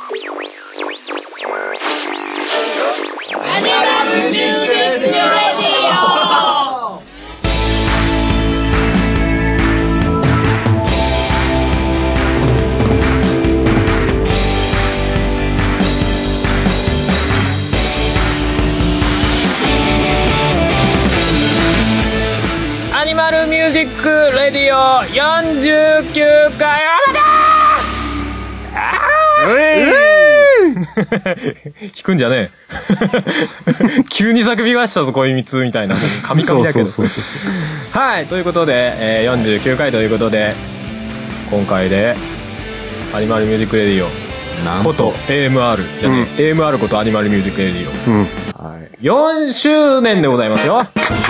アニマルミュージックレディオ49回弾くんじゃねえ急に叫びましたぞこいみつみたいなカミカミだけどはいということで、49回ということで今回でアニマルミュージックレディオこと AMR じゃねえ、AMR ことアニマルミュージックレディオ、はい、4周年でございますよ。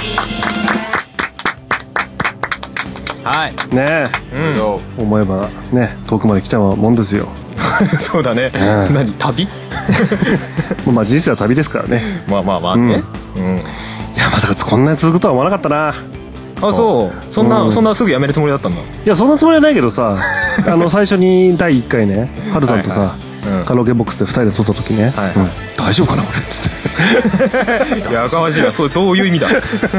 はいねえ、思えばね遠くまで来たもんですよそうだね、何旅まあ人生は旅ですからね。 まあまあまあね、いやまさかこんなに続くとは思わなかったな。 あ、そうそんなすぐ辞めるつもりだったんだ。 いやそんなつもりはないけどさ最初に第1回ねハルさんとさカラオケボックスで2人で撮った時ね、大丈夫かなこれっつってやかましいわ。それどういう意味だ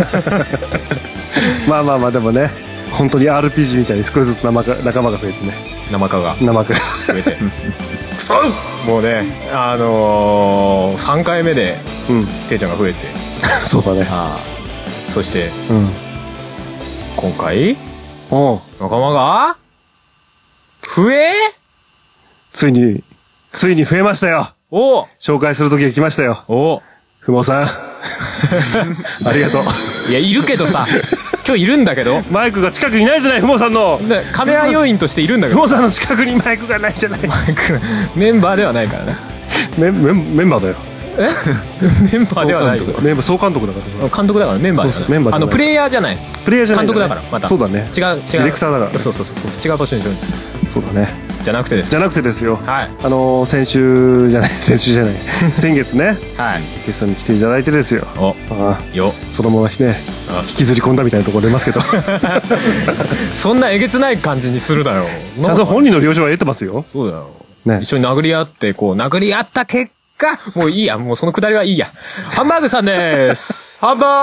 まあまあまあでもね本当に RPG みたいに少しずつ仲間が増えてね。 生化が増えてもうね3回目でていちゃんが増えてそうだね。 そして今回仲間が増えついに増えましたよ。紹介する時が来ましたよ。ふもさんありがとう。 いやいるけどさ今日いるんだけどマイクが近くにないじゃないふもさんの。 カメラ要員としているんだけどふもさんの近くにマイクがないじゃない。 メンバーではないからね。 メンバーだよ。 メンバーではない。 総監督だから。 監督だからメンバーじゃない。プレイヤーじゃない。監督だからまた。 そうだね。 違うディレクターだから。 そう違う場所にいる。 そうだね。 じゃなくてですよ。 はい。先月ねゲストに来ていただいてですよ。そのままね引きずり込んだみたいなところ出ますけどそんなえげつない感じにするなよ。 ちゃんと本人の了承は得てますよ。 そうだよ。一緒に殴り合って殴り合った結果もういいや、もうそのくだりはいいや。ハンバーグさんですハンバ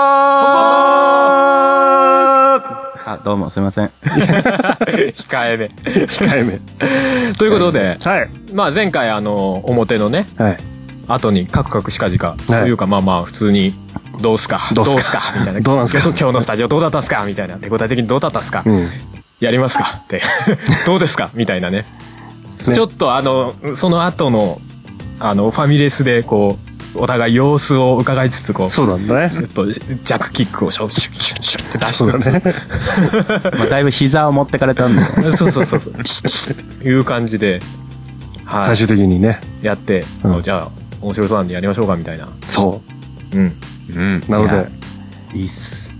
ーグどうもすいません控えめということで、まあ前回表のね後にカクカクしかじかというかまあまあ普通にどうすかみたいな、 どうなんすか今日のスタジオどうだったっすかみたいな、手応え的にどうだったっすか、やりますかってどうですかみたいなね。ちょっとその後のファミレスでお互い様子を伺いつつそうなんだね。 ちょっとジャックキックをシュッシュッシュッって出しつつだいぶ膝を持ってかれたんでそういう感じで最終的にねやってじゃあ面白そうなんでやりましょうかみたいな。 なのでいいっす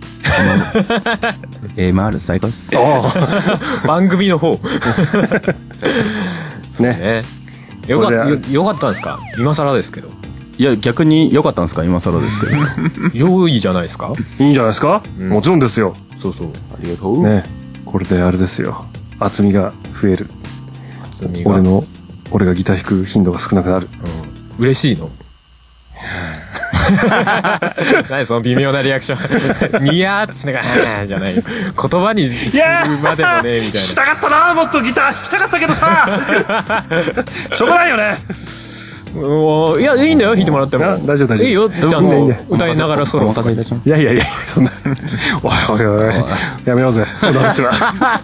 AMR 最高っす番組の方ね。 よかったんですか今更ですけど。 いや逆に良かったんですか今更ですけど良いじゃないですか。 いいんじゃないですか。もちろんですよ。 そうありがとうね。これであれですよ、厚みが増える。俺がギター弾く頻度が少なくなる。 嬉しいの何その微妙なリアクションニヤーってしながらじゃないよ、言葉にするまでもねみたいな。弾きたかったな、もっとギター弾きたかったけどさしょうがないよね。 いやいいんだよ弾いてもらっても。 大丈夫いいよ、ちゃんと歌いながらソロお任せいたします。 いやそんなおいやめようぜ私は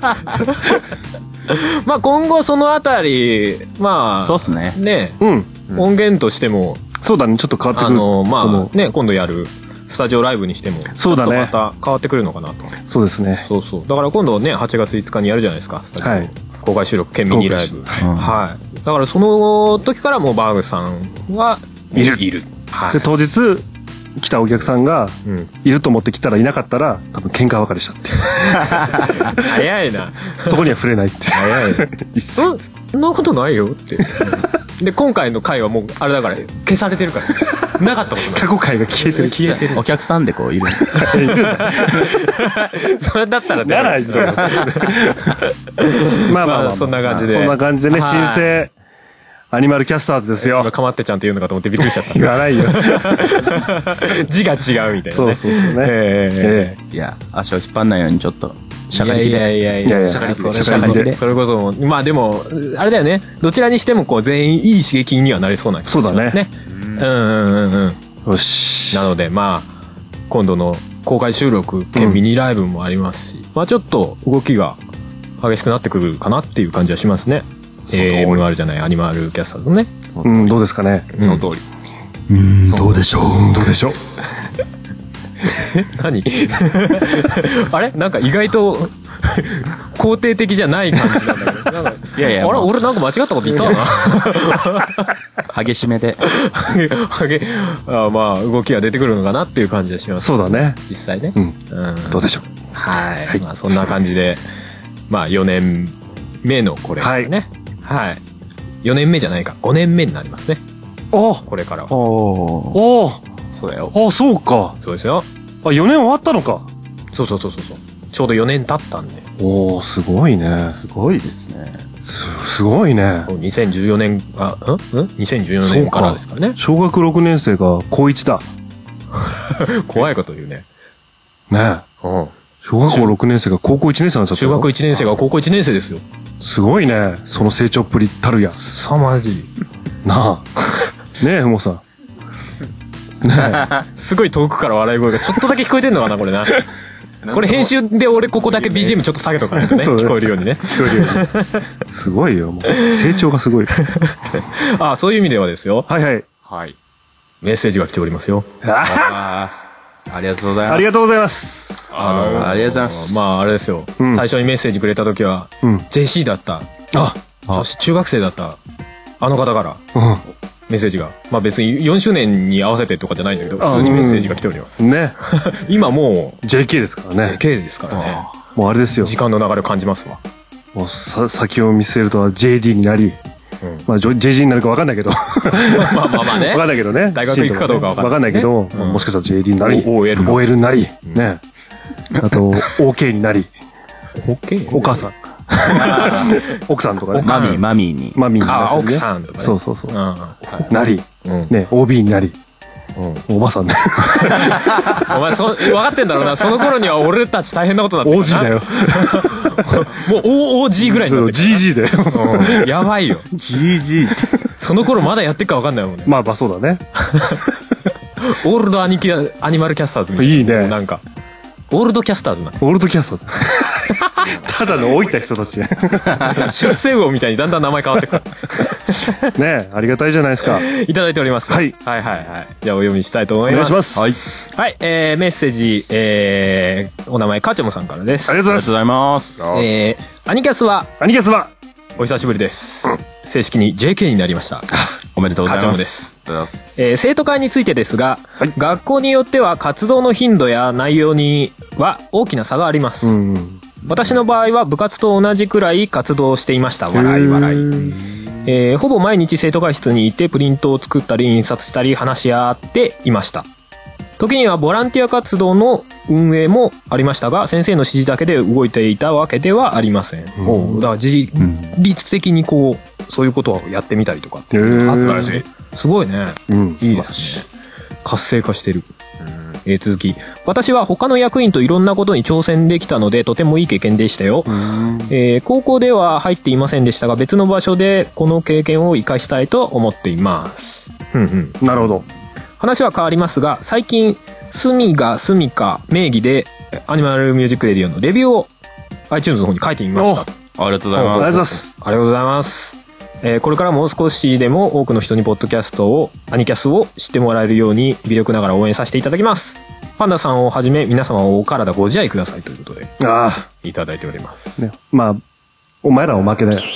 まあ今後そのあたりまあそうっすね音源としてもそうだね、ちょっと変わってくる。 まあね今度やるスタジオライブにしてもそうだね、 また変わってくるのかなと。 そうですね。 そうだから今度ね8月5日にやるじゃないですか、スタジオ公開収録兼ミニライブ。だからその時からもうバーグさんはいる。で当日来たお客さんがいると思って来たらいなかったら多分喧嘩別れしたって早いな。 そこには触れないって。 早いそんなことないよってで今回の回はもうあれだから消されてるからなかったことない。 過去回が消えてる。 お客さんでいるいるんだそれだったらならいいまあそんな感じでね、申請アニマルキャスターズですよ。 今かまってちゃんって言うのかと思ってびっくりしちゃった。 言わないよ。 字が違うみたいなね。 そうそうそうね。 いや、足を引っ張んないようにちょっと、しゃがりきで。 いや、 しゃがりきでしゃがりきで。それこそ、まあでも、あれだよね。どちらにしてもこう全員いい刺激にはなりそうな気がしますね。 そうだね。よし。 なのでまあ、今度の公開収録兼ミニライブもありますし、まあちょっと動きが激しくなってくるかなっていう感じはしますね。MR じゃないアニマルキャスターズのね。 どうですかね。 その通り。 どうでしょう。どうでしょう。 何あれなんか意外と肯定的じゃない感じなんだけど。なんかいやいや、 あれ俺なんか間違ったこと言ったな。 激しめで。 まあ動きが出てくるのかなっていう感じがします。 そうだね。 実際ね。 どうでしょう。 はい。まあそんな感じで、まあ4年目のこれね。はい。4年目じゃないか。5年目になりますね。これからは。 おー。 そうだよ。 あ、そうか。 そうですよ。 あ、4年終わったのか。 そう。ちょうど4年経ったんで。 おー、すごいね。 すごいですね。 すごいね。 2014年、2014年からですからね。 小学6年生が高1だ。 怖いこと言うね。 ねえ。小学校6年生が高校1年生なんですよ。 中学1年生が高校1年生ですよ。 すごいね。その成長っぷりたるや。 凄まじい。 なあ。ねえ、ふもさん。 すごい遠くから笑い声がちょっとだけ聞こえてんのかな、これな。これ編集で俺ここだけ BGM ちょっと下げとかないとね。聞こえるようにね。 聞こえるように。すごいよ、もう。成長がすごい。 あ、そういう意味ではですよ。 はいはい。 はい。 メッセージが来ておりますよ。 ありがとうございます。 ありがとうございます。 ありがとうございます。 まああれですよ。最初にメッセージくれた時は、JC だった。そして中学生だった。あの方から。メッセージが。まあ別に4周年に合わせてとかじゃないんだけど、普通にメッセージが来ております。 ね。 今もう、 JK ですからね。 JK ですからね。 もうあれですよ。 時間の流れを感じますわ。 もう先を見据えるとは JD になり、まあ JG になるか分かんないけど。 まあね。 分かんないけどね。 大学行くかどうか分かんないけど、もしかしたら JD になり、OL になり、ね。あと、OK になり。 OK？ お母さん。奥さんとかね。 マミーに。 マミーに。 あ、奥さんとかね。 そう。なり。ね、OB になり。おばさんね。 お前分かってんだろうな。その頃には俺たち大変なことになってる。 OG だよ。 もう OG ぐらいになってる。 GG だよ。 やばいよ。 GG って。 その頃まだやってっか分かんないもんね。 まあそうだね。 オールドアニマルキャスターズみたいな。 いいね。 なんか。オールドキャスターズな。 オールドキャスターズ。ただの老いた人たち。 出世魚みたいにだんだん名前変わってくる。 ねえ、ありがたいじゃないですか。 いただいております。はい。じゃあお読みしたいと思います。 お願いします。 はい。メッセージ、お名前、カチョモさんからです。 ありがとうございます。 アニキャスはお久しぶりです。正式に JK になりました。 おめでとうございます。 カチョモです。生徒会についてですが、学校によっては活動の頻度や内容には大きな差があります。私の場合は部活と同じくらい活動していました。笑い。ほぼ毎日生徒会室に行ってプリントを作ったり印刷したり話し合っていました。時にはボランティア活動の運営もありましたが、先生の指示だけで動いていたわけではありません。だから自律的にこう、そういうことをやってみたりとかっていう。素晴らしい。すごいね。いいですね。活性化してる。続き。私は他の役員といろんなことに挑戦できたので、とてもいい経験でしたよ。高校では入っていませんでしたが、別の場所でこの経験を生かしたいと思っています。 なるほど。 話は変わりますが、最近、スミガスミカ名義でアニマルミュージックレディオのレビューを iTunes の方に書いてみました。 ありがとうございます。 ありがとうございます。 ありがとうございます。これからも少しでも多くの人にポッドキャストを、アニキャスを知ってもらえるように微力ながら応援させていただきます。パンダさんをはじめ皆様お体ご自愛くださいということで、いただいております。 ね、まあ、お前らおまけだよ。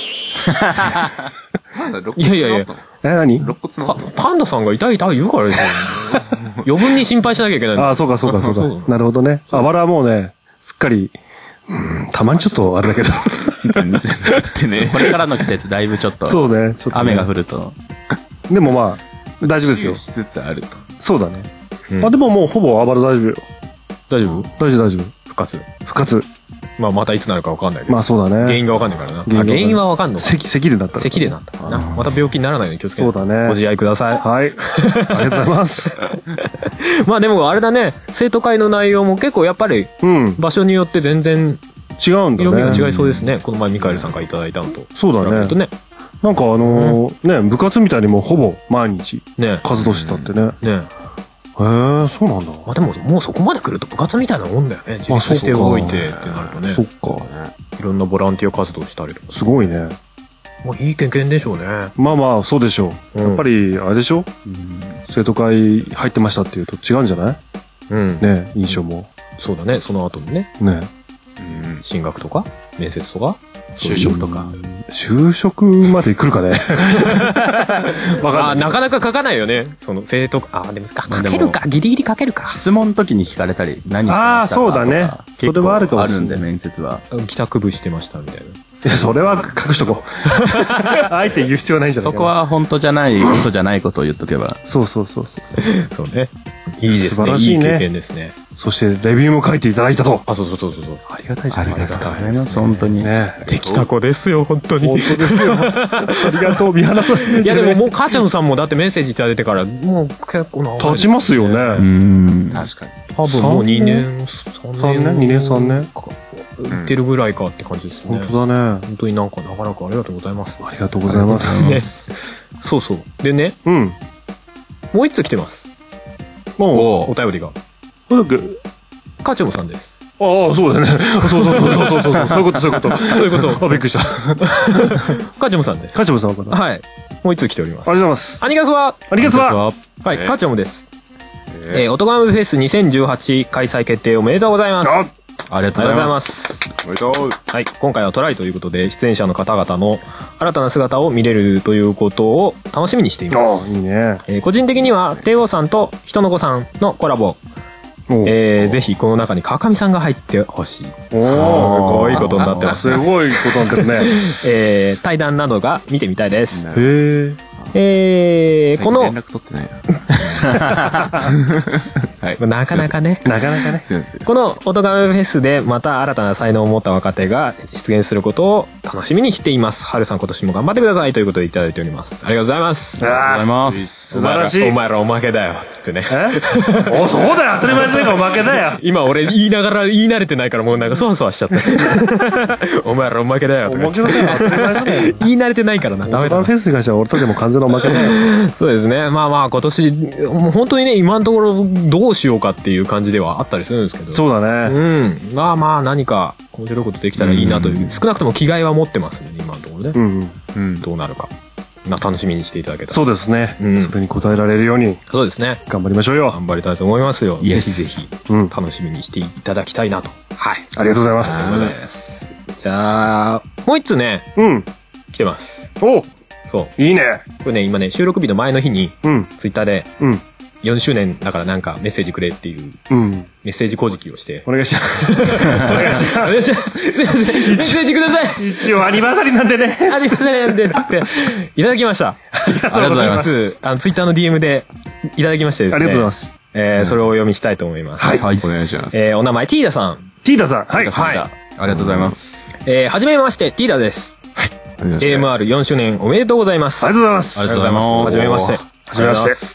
いや。 何？ パンダさんが痛い言うからですよ。余分に心配しなきゃいけない。 そうか。なるほどね。わらはもうね、すっかり、たまにちょっとあれだけど。 これからの季節だいぶちょっと。 そうね。 雨が降ると。 でもまあ、大丈夫ですよ。 しつつあると。 そうだね。でももうほぼあばら大丈夫よ。 大丈夫。 復活。 まあまたいつなるか分かんないけど。 まあそうだね。 原因が分かんないからな。原因は分かんのか。 咳でなったら。 咳でなったかな。また病気にならないように気をつけて。 そうだね。 ご自愛ください。 はい。ありがとうございます。 まあでもあれだね、生徒会の内容も結構やっぱり、場所によって全然違うんだね。 色味が違いそうですね。この前ミカエルさんからいただいたのと。 そうだね。なんかね、部活みたいにもほぼ毎日活動してたってね。ね。へえ、そうなんだ。 まあでももうそこまで来ると部活みたいなもんだよね。自立して動いてってなるとね。 そっか。 いろんなボランティア活動したりとか。 すごいね。 もういい経験でしょうね。 まあまあ、そうでしょう。やっぱり、あれでしょ、生徒会入ってましたっていうと違うんじゃない？ね、印象も。 そうだね、その後にね。ね。進学とか面接とか就職とか。 就職まで来るかね。 わかんない。なかなか書かないよね。その生徒、でも書けるか。ギリギリ書けるか。 質問の時に聞かれたり、何してましたか？ ああ、そうだね。それはあるかもしれない。 あるんで、面接は。 帰宅部してましたみたいな。 それは隠しとこう。あえて言う必要ないんじゃないかな。 そこは本当じゃない、嘘じゃないことを言っとけば。 そう。 そうね。いいですね。素晴らしいね。いい経験ですね。 そして、レビューも書いていただいたと。 そう。 ありがたいじゃないですか。 ありがとうございます。本当に。 ね。できた子ですよ、本当に。 本当ですよ。ありがとう、見放さない。 いや、でももう、母ちゃんさんもだってメッセージいただいてから、もう結構長い。 経ちますよね。 確かに。 多分もう2年、3年。 2年、3年。 言ってるぐらいかって感じですね。 本当だね。 本当になんかなかなかありがとうございます。 ありがとうございます。 そう。でね。もう一つ来てます。もう、お便りが。カチョムさんです。 ああ、そうだね。そう。そういうこと。びっくりした。 カチョムさんです。 カチョムさんかな。 はい。もう一つ来ております。 ありがとうございます。 アニガスははい、カチョムです。オトガメフェス2018開催決定おめでとうございます。 ありがとうございます。 おめでとう。 はい、今回はトライということで、出演者の方々の新たな姿を見れるということを楽しみにしています。 いいね。 個人的には、帝王さんと人の子さんのコラボ。ぜひこの中に川上さんが入ってほしい。すごいことになってます。 すごいことになってるね。 対談などが見てみたいです。 へこの、 連絡取ってないな。なかなかね。このオトガメフェスでまた新たな才能を持った若手が出現することを楽しみにしています。はるさん今年も頑張ってくださいということでいただいております。ありがとうございます。 ありがとうございます。 素晴らしい。 お前らおまけだよ。つってね。 そうだよ。当たり前じゃないかおまけだよ。 今俺言いながら言い慣れてないからもうなんかそわそわしちゃった。お前らおまけだよ。 おまけだよ。当たり前じゃない。 言い慣れてないからな。ダメだ。 オトガメフェスに関しては俺たちも完全なおまけだよ。 そうですね。まあ今年、もう本当にね、今のところどうしようかっていう感じではあったりするんですけど。 そうだね。 まあ何か面白いことできたらいいなという、少なくとも気概は持ってますね、今のところね。どうなるか。楽しみにしていただけたら。 そうですね。それに応えられるように。 そうですね。 頑張りましょうよ。 頑張りたいと思いますよ。ぜひぜひ、楽しみにしていただきたいなと。はい。 ありがとうございます。 じゃあ、もう一つね、来てます。そう。 いいね。 これね、今ね、収録日の前の日に、ツイッターで、4周年だからなんかメッセージくれっていう、メッセージ小じをして。 お願いします。お願いします。 すいません。メッセージください。 一応アニバーサリーなんでね。 アニバーサリーなんで、つって、いただきました。ありがとうございます。 ツイッターの DM でいただきましてですね。 ありがとうございます。 それをお読みしたいと思います。 はい。お願いします。 お名前、ティーダさん。 ティーダさん。はい。 ありがとうございます。 はじめまして、ティーダです。AMR4 周年おめでとうございます。 ありがとうございます。 ありがとうございます。 はじめまして。 はじめまして。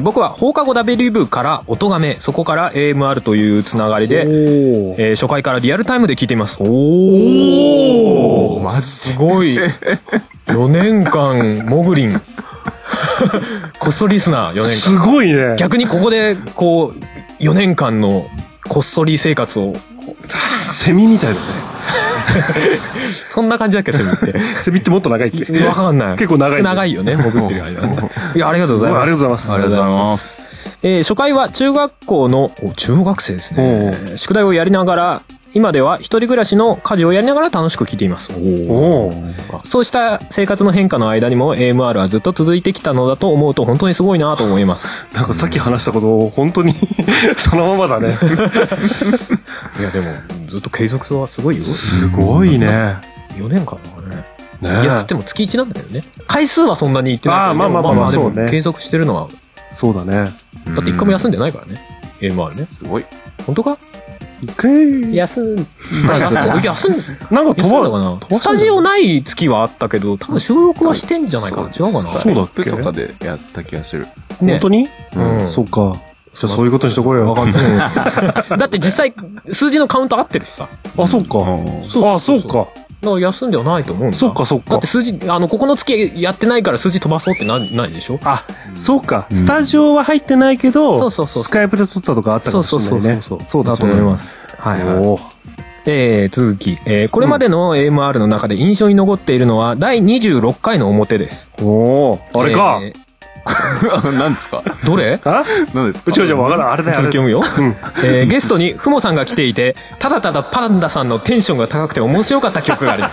僕は放課後 W 部から音亀、そこから AMR というつながりで、初回からリアルタイムで聞いています。マジすごい。4年間、モグリン。こっそリスナー4年間。 すごいね。 逆にここで、こう、4年間のこっそり生活を、 セミみたいだね。 そんな感じだっけ、セミって。 セミってもっと長いっけ？ わかんない。 結構長い。 長いよね、潜ってる間ね。いや、ありがとうございます。 ありがとうございます。 ありがとうございます。 初回は中学校の、中学生ですね。宿題をやりながら、今では一人暮らしの家事をやりながら楽しく聞いています。そうした生活の変化の間にも AMR はずっと続いてきたのだと思うと本当にすごいなと思います。 なんかさっき話したことを本当にそのままだね。 いやでもずっと継続はすごいよ。 すごいね。 4年間だからね。いやつっても月1なんだけどね。回数はそんなにいってないけど、まあでも継続してるのは。 そうだね。 だって1回も休んでないからね。AMR ね。 すごい。 本当か？ 一回、 休ん、 なんかそうだかな。スタジオない月はあったけど、多分収録はしてんじゃないかな。違うかな。 そうだっけとかでやった気がする。 本当にうん。 そっか。じゃあそういうことにしとこうよ。 わかんない。だって実際、数字のカウント合ってるしさ。 あ、そっか。あ、そうか。 だから休んではないと思うんだ。 そっかそっか。 だって数字、ここの月やってないから数字飛ばそうってないでしょ。 あ、そうか。スタジオは入ってないけど、 そうそうそうスカイプで撮ったとかあったかもしれないね。 そうだと思います。はいはい。 おー続き、これまでの AMR の中で印象に残っているのは第26回の表です。 おーあれか。 何ですか？ どれ？ あ何ですか？ うちじゃわからん。あれだよ。 続き読むよ。ゲストにふもさんが来ていて、ただただパンダさんのテンションが高くて面白かった曲があります。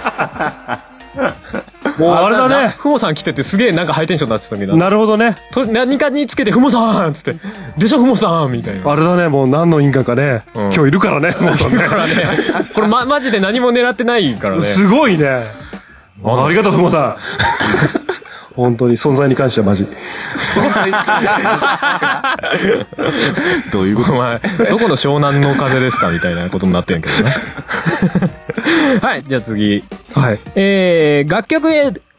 もうあれだね。 ふもさん来ててすげえなんかハイテンションになってたけど。 なるほどね。 何かにつけてふもさんつって、でしょふもさんみたいな。 あれだね。もう何の因果かね。今日いるからね。もうだからね、これマジで何も狙ってないからね。 すごいね。ありがとう、ふもさん。本当に存在に関してはマジ。 どういうことお前、どこの湘南の風ですかみたいなことになってんけどね。はい、じゃあ次。 はい。 楽曲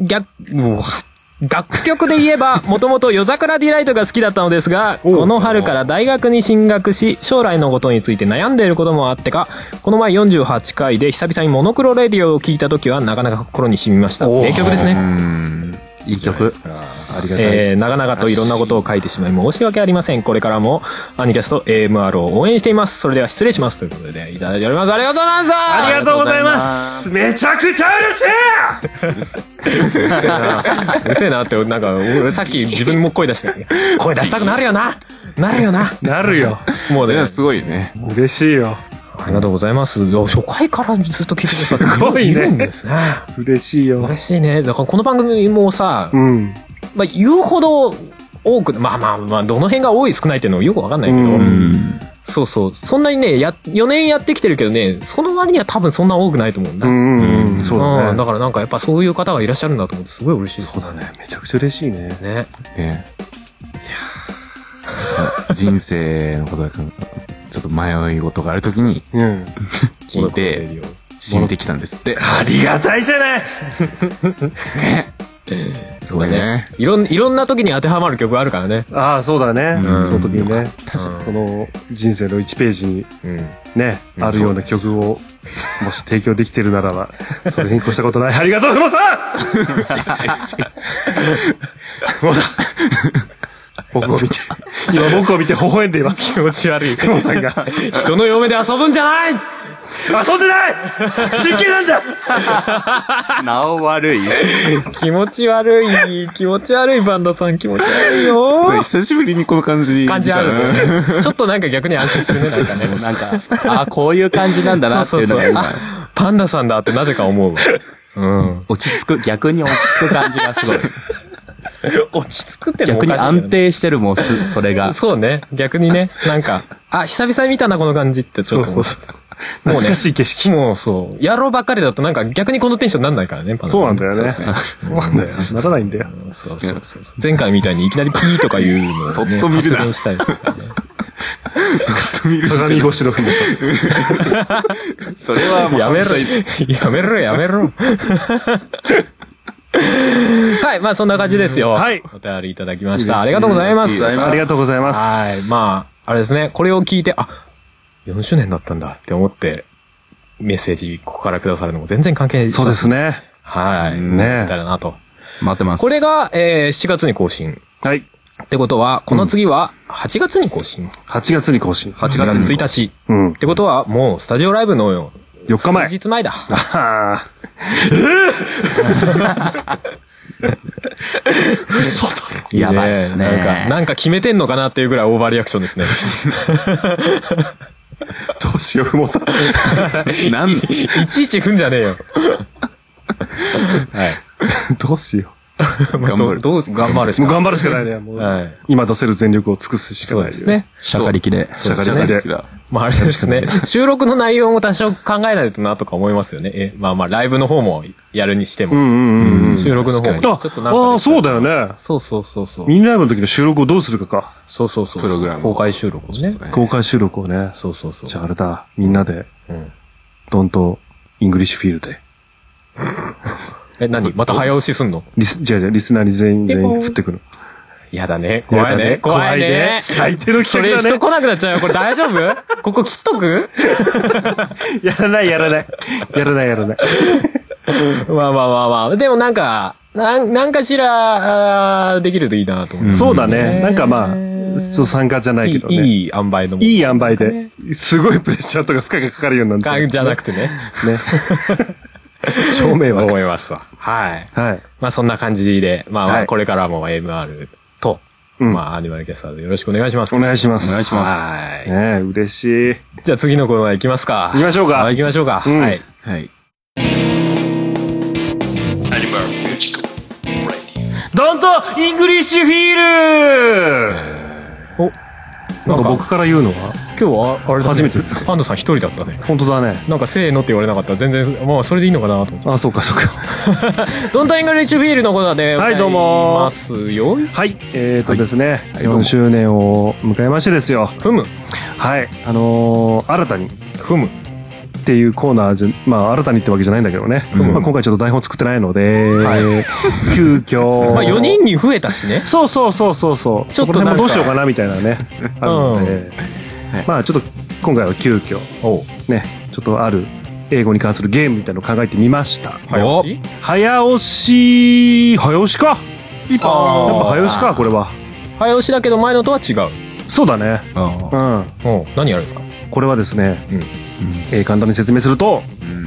で言えば、もともと夜桜ディライトが好きだったのですが、この春から大学に進学し、将来のことについて悩んでいることもあってか、この前48回で久々にモノクロレディオを聞いたときはなかなか心に染みました。名曲ですね。 いい曲。 ありがたい。長々といろんなことを書いてしまい申し訳ありません。これからもアニキャスト AMR を応援しています。それでは失礼します。ということでいただいております。ありがとうございます。 ありがとうございます。めちゃくちゃ嬉しい。 うるせえなって、なんか俺さっき自分も声出して声出したくなるよな。なるよな。 なるよ。 もうね、 すごいね。 嬉しいよ。 ありがとうございます。初回からずっと聞いてくださってすごいね。 いるんですね。 嬉しいよ。 嬉しいね。だからこの番組もさ、まあ言うほど多く、まあどの辺が多い少ないっていうのはよくわかんないけど、そうそんなにね4年やってきてるけどね、その割には多分そんな多くないと思うんだ。 そうだね。 だからなんかやっぱそういう方がいらっしゃるんだと思ってすごい嬉しいです。 そうだね。めちゃくちゃ嬉しいね。 ね。 いや人生のことだからちょっと迷い事があるときに聞いて染みてきたんですって。 ありがたいじゃない。 すごいね。 いろんな時に当てはまる曲あるからね。 ああ、そうだね。その時にね、その人生の1ページにね、あるような曲をもし提供できてるならば、それに越したことない。ありがとう、ふもさん。もうだ。僕を見て、今僕を見て微笑んでいます。 気持ち悪い。 ふもさんが。 人の嫁で遊ぶんじゃない。 遊んでない真剣なんだ。 なお悪い。 気持ち悪いバンドさん、気持ち悪いよ。 久しぶりにこの感じある。ちょっとなんか逆に安心するね、なんかね。 なんか、こういう感じなんだなっていうのが今。 パンダさんだってなぜか思う。 落ち着く、逆に落ち着く感じがすごい。 落ち着くってのも逆に安定してるもん、それが。 そうね。逆にね、なんか、久々に見たな、この感じってちょっと。もう懐かしい景色。 もうそう。野郎ばっかりだとなんか逆にこのテンションなんないからね、パンダさん。 そうなんだよね。そうなんだよ。ならないんだよ。 そう。前回みたいにいきなりピーとか言うのをね、 そっと見るな。 発言したりするからね。 鏡越しのふもさん。それはもうやめろ。はい、まあそんな感じですよ。はい。お便りいただきました。ありがとうございます。 ありがとうございます。 はい。まあ、あれですね、これを聞いて、4周年だったんだって思って、メッセージここからくださるのも全然関係ない。 そうですね。 はい。 ねだなと。 待ってます。 これが、7月に更新。 はい。 ってことは、この次は8月に更新。 8月に更新。 8月1日。ってことは、もうスタジオライブの 4日前。 数日前だ。 嘘だ。 やばいっすね。 なんか決めてんのかなっていうぐらいオーバーリアクションですね。 どうしよう、ふもさん。 いちいち踏んじゃねえよ。 はい。どうしよう。頑張るしかない。 もう頑張るしかないね。もう今出せる全力を尽くすしかない。 そうですね。 しゃかりきで。 しゃかりきで。 まああれですね。収録の内容も多少考えないとなとか思いますよね。まあライブの方もやるにしても。収録の方も。ちょっとなんか。 ああ、そうだよね。 そう。 ミニライブの時の収録をどうするかか。 そう。プログラム。公開収録をね。 公開収録をね。 そう。 じゃああれだ、みんなで、ドンと、イングリッシュフィールで。 何また早押しすんの？ リスナーに全員振ってくる。 やだね。怖いね。 最低の企画だね。 それ人来なくなっちゃうよ。これ大丈夫？ここ切っとく？ やらない。 まあ。でもなんかしら、できるといいなと思って。 そうだね。なんかまあ、参加じゃないけどね。 いい塩梅の。 いい塩梅で、すごいプレッシャーとか負荷がかかるようになるんじゃなくてね。 ね。超迷惑。 思いますわ。はい。 はい。 まあそんな感じで、まあこれからも AMR と、まあアニマルキャスターでよろしくお願いします。 お願いします。 はい。 ね嬉しい。 じゃあ次のコーナー行きますか。 行きましょうか。 はい。 ドントイングリッシュフィールなんか僕から言うのは今日はあれだね。 初めてです。 パンダさん一人だったね。 本当だね。 なんかせーのって言われなかったら全然、まあそれでいいのかなと思って。 あ、そうか。 ドントイングリッシュフィールのことで、 はい、どうも。 ますよ。 はい、ですね、4周年を迎えましてですよ。 ふむ。 はい、新たに。 ふむ。 っていうコーナーじゃ、まあ新たにってわけじゃないんだけどね。まあ今回ちょっと台本作ってないので、急遽。 まあ4人に増えたしね。 そう。ちょっとどうしようかなみたいなね。あるので、まあちょっと今回は急遽、ね、ちょっとある英語に関するゲームみたいなのを考えてみました。早押しか。やっぱ早押しか、これは。 早押しだけど前のとは違う。 そうだね。 何やるんですか？ これはですね、簡単に説明すると、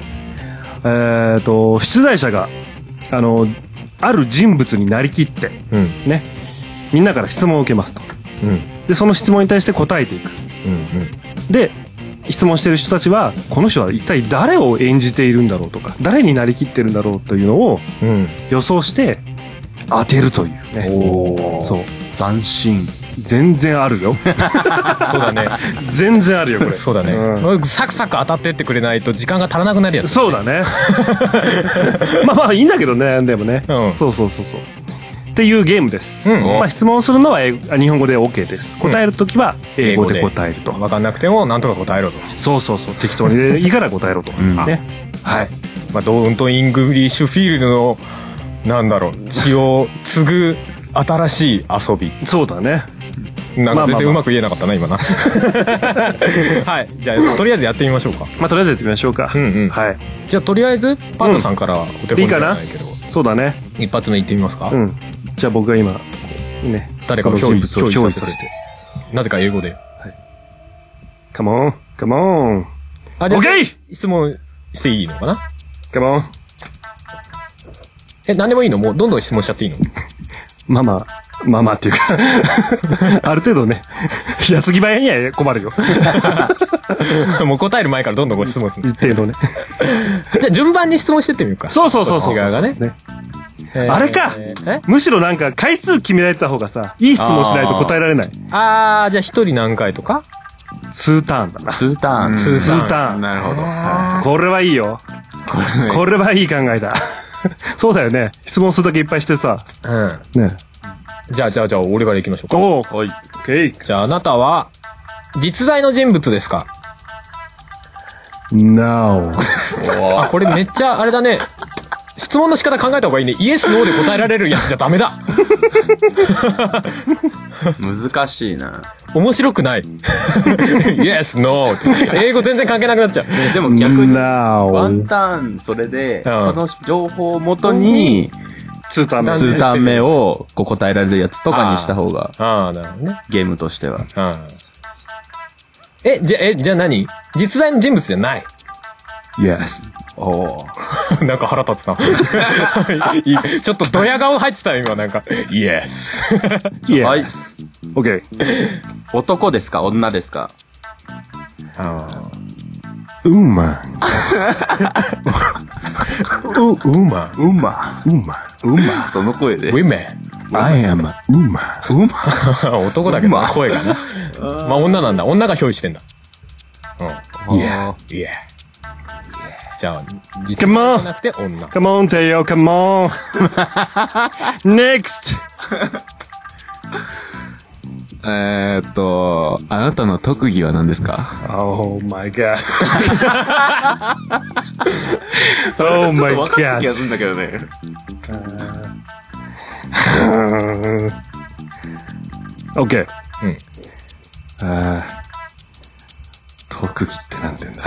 出題者がある人物になりきって、ね、みんなから質問を受けますと。でその質問に対して答えていく。で質問してる人たちはこの人は一体誰を演じているんだろうとか誰になりきってるんだろうというのを予想して当てるというね。そう。 斬新。 全然あるよ。 そうだね。 全然あるよこれ。 そうだね。サクサク当たってってくれないと時間が足らなくなるやつ。 そうだね。まあいいんだけどね、でもね。そう。っていうゲームです。まあ質問するのは日本語で OK です。答えるときは英語で答えると。 分かんなくてもなんとか答えろと。 そう。適当にでいいから答えろと。ね。はい。 まあドントイングリッシュフィールドのなんだろう血を継ぐ新しい遊び。そうだね。なんか全然うまく言えなかったな今な。はい。じゃあとりあえずやってみましょうか。 まあとりあえずやってみましょうか。はい。 じゃあとりあえずパンダさんからお手本じゃないけど。 そうだね。 一発目いってみますか。 じゃあ僕が今ね誰かの人物を表示させて。なぜか英語で。 Come on。OK。 質問していいのかな。 Come on。 何でもいいの？もうどんどん質問しちゃっていいの？ まあっていうかある程度ね矢継ぎ早には困るよ。 もう答える前からどんどんご質問する。 一定のね。 じゃあ順番に質問してってみようか。 そう。 違うがね。 あれか。むしろなんか回数決められた方がさいい質問しないと答えられない。 じゃあ一人何回とか ？2ターンだな。 2ターン。 なるほど。 これはいいよ。これはいい考えだ。そうだよね。質問するだけいっぱいしてさ。ね。 じゃあ俺から行きましょうか。 はい。OK。 じゃああなたは実在の人物ですか？ No。 これめっちゃあれだね。質問の仕方考えた方がいいね。イエスノーで答えられるやつじゃダメだ。 難しいな。 面白くない。イエスノー。英語全然関係なくなっちゃう。 でも逆にワンターンそれでその情報をもとに2ターン目をこう答えられるやつとかにした方がなるほどね。 ゲームとしては。 じゃあ何？実在の人物じゃない。 Yes。 なんか腹立つな。ちょっとドヤ顔入ってたよ今なんか。Yes。 はい。 OK。 男ですか女ですか？ ウーマン。 その声で。 Women。 I am a woman。 男だけど声がな。まあ女なんだ。女が憑依してんだ。 Yeah. Yeah. じゃあ、実 Come on! じゃなくて女。 Come on, Teo, come on! Next! あなたの特技は何ですか？ Oh my god. Oh my わかった気 god. がするんだけどね。 OK. 特技ってなんて言うんだ。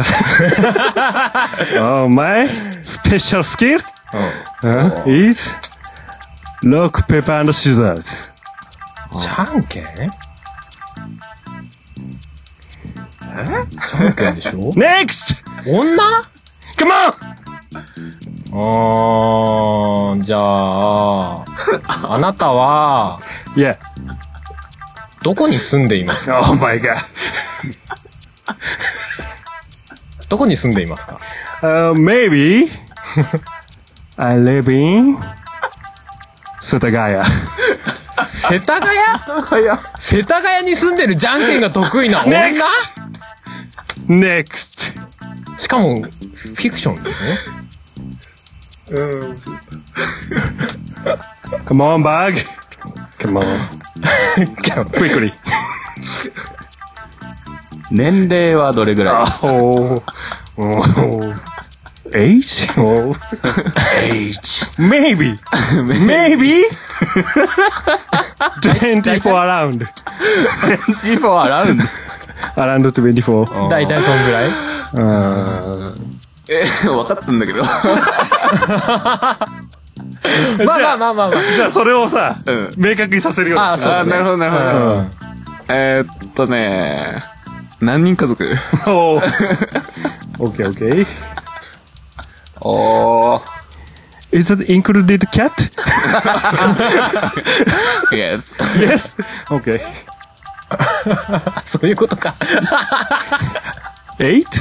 Oh, my special skill is rock, paper, and scissors. じゃんけん？じゃんけんでしょ？ Next! 女？ Come on! じゃあ、あなたは、 Yeah. どこに住んでいますか？ Oh my god. どこに住んでいますか？ Maybe I live in 世田谷。 世田谷？世田谷に住んでるじゃんけんが得意な女？ Next! しかも、フィクションですね。 Come on, bag! Come on. Quickly. 年齢はどれぐらい？ Oh. Age? Oh. Age. Maybe. Maybe. 24 around. ジフォーラウンド。 Around 24. 大体そんぐらい？ 分かったんだけど。 まあ。 じゃあそれをさ、明確にさせるようにして。 そうですね。 なるほど、なるほど。何人家族？ Oh. Okay, okay. おー。 Is it included cat? Yes. Yes. Okay. そういうことか。 8?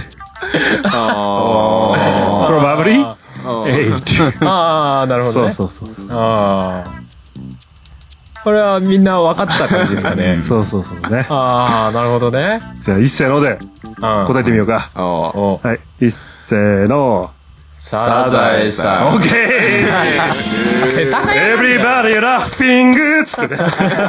Probably 8. ああ、なるほどね。 そう。 ああ。これはみんな分かった感じですかね。 そうね。 ああ、なるほどね。 じゃあ一斉ので答えてみようか。 おー。 はい。一斉の。 サザエさん。 OK! 世田谷 Everybody laughing! つってね。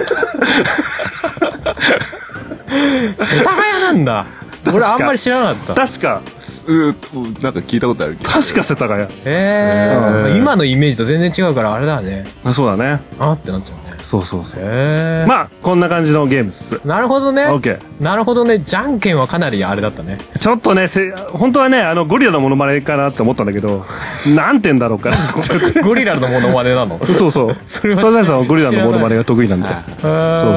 世田谷なんだ。俺あんまり知らなかった。 確かなんか聞いたことあるけど。 世田谷。 今のイメージと全然違うからあれだね。 そうだね。 あってなっちゃうね。 そう。まあ、こんな感じのゲームっす。 なるほどね。 OK。 なるほどね。じゃんけんはかなりあれだったね。 ちょっとね、本当はね、ゴリラのモノマネかなって思ったんだけど、なんて言うんだろうかな。 ゴリラのモノマネなの？ そう。 それはサザエさんはゴリラのモノマネが得意なんで。そう。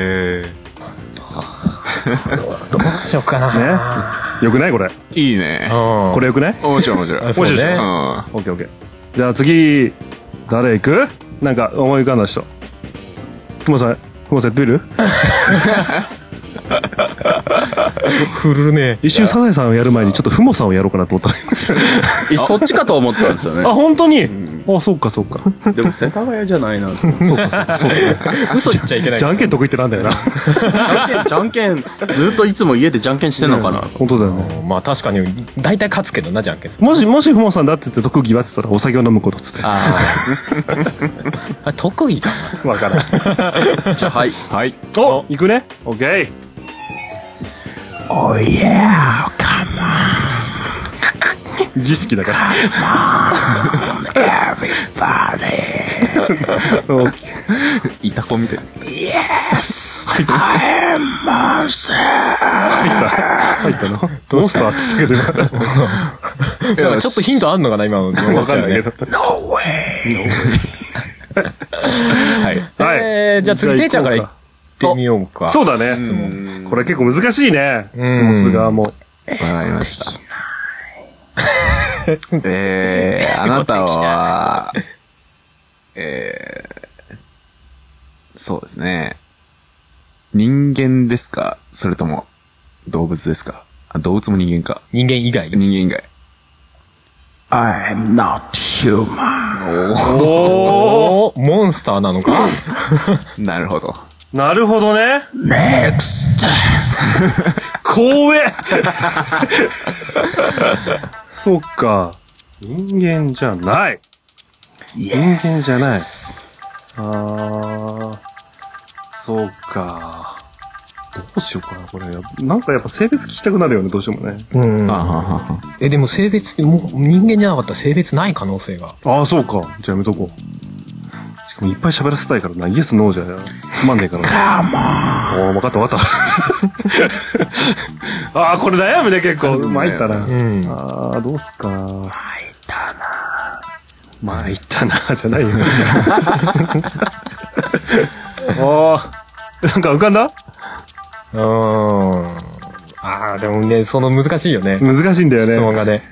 どうしようかな。 ね。よくないこれ。 いいね。 これよくない？ 面白い。 そうね。 オッケー。じゃあ次、誰行く？なんか思い浮かんだ人。ふもさんやってみる？ 振るね。 一瞬サザエさんをやる前にちょっとふもさんをやろうかなと思った。 そっちかと思ったんですよね。 あ、本当に？あ、そうか。 でも世田谷じゃないな。 そうか。 嘘言っちゃいけない。 じゃんけん得意ってなんだよな。 じゃんけん、ずっといつも家でじゃんけんしてんのかな。 本当だよね。 まあ確かに、大体勝つけどな、じゃんけん。 もしふもさんだって言って特技はって言ったらお酒を飲むことっつって。 あ得意かな。 わからん。 じゃあ、はい。 お、行くね。オッケー。Oh yeah, come on. 儀式だから。Come on, everybody. イタコみたいな。 Yes, I am monster. 入ったの？モンスターって言ってる。 なんかちょっとヒントあんのかな、今の。 わかんないけど。 No way. はい。 じゃあ次、ていちゃんから言ってみようか。 そうだね。これ結構難しいね。質問する側も。 わかりました。あなたは、そうですね。人間ですか？それとも動物ですか？動物も人間か。 人間以外。 人間以外。 I'm not human. おー、モンスターなのか？ なるほど。 なるほどね。 Next. 怖えそうか。人間じゃない。人間じゃない。そうか。どうしようかな、これ。なんかやっぱ性別聞きたくなるよね、どうしてもね。 でも性別ってもう人間じゃなかったら性別ない可能性が。 ああ、そうか。じゃあやめとこう。しかもいっぱい喋らせたいからな。イエス、ノーじゃつまんねえからな。おー、わかったわかった。ああ、これ悩むね、結構。参ったな。ああ、どうすか。参ったな、じゃないよ。おー、なんか浮かんだ？ でもね、その難しいよね。 難しいんだよね。 質問がね。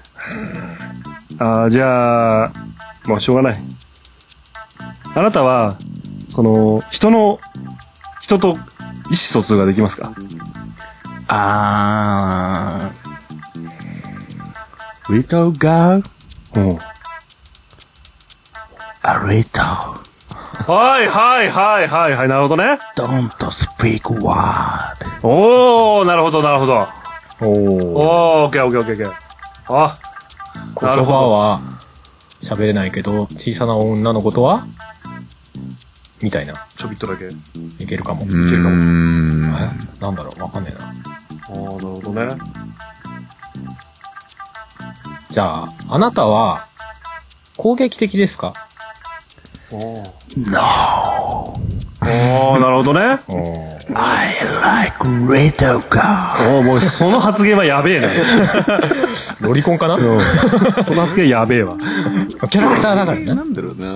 じゃあ、もうしょうがない。あなたは、人と意思疎通ができますか ？Little girl? A little. はいはいはいはいはい、なるほどね。 Don't speak word. おー、なるほどなるほど。オッケーオッケーオッケーオッケー。 言葉は喋れないけど、小さな女の子とはみたいな。 ちょびっとだけ。 いけるかも。 いけるかも。 なんだろう、わかんねえな。 なるほどね。 じゃあ、あなたは攻撃的ですか？ No. なるほどね。 I like little girl. もうその発言はやべえな。 ロリコンかな？ その発言やべえわ。 キャラクターだからね。 なんだろうな。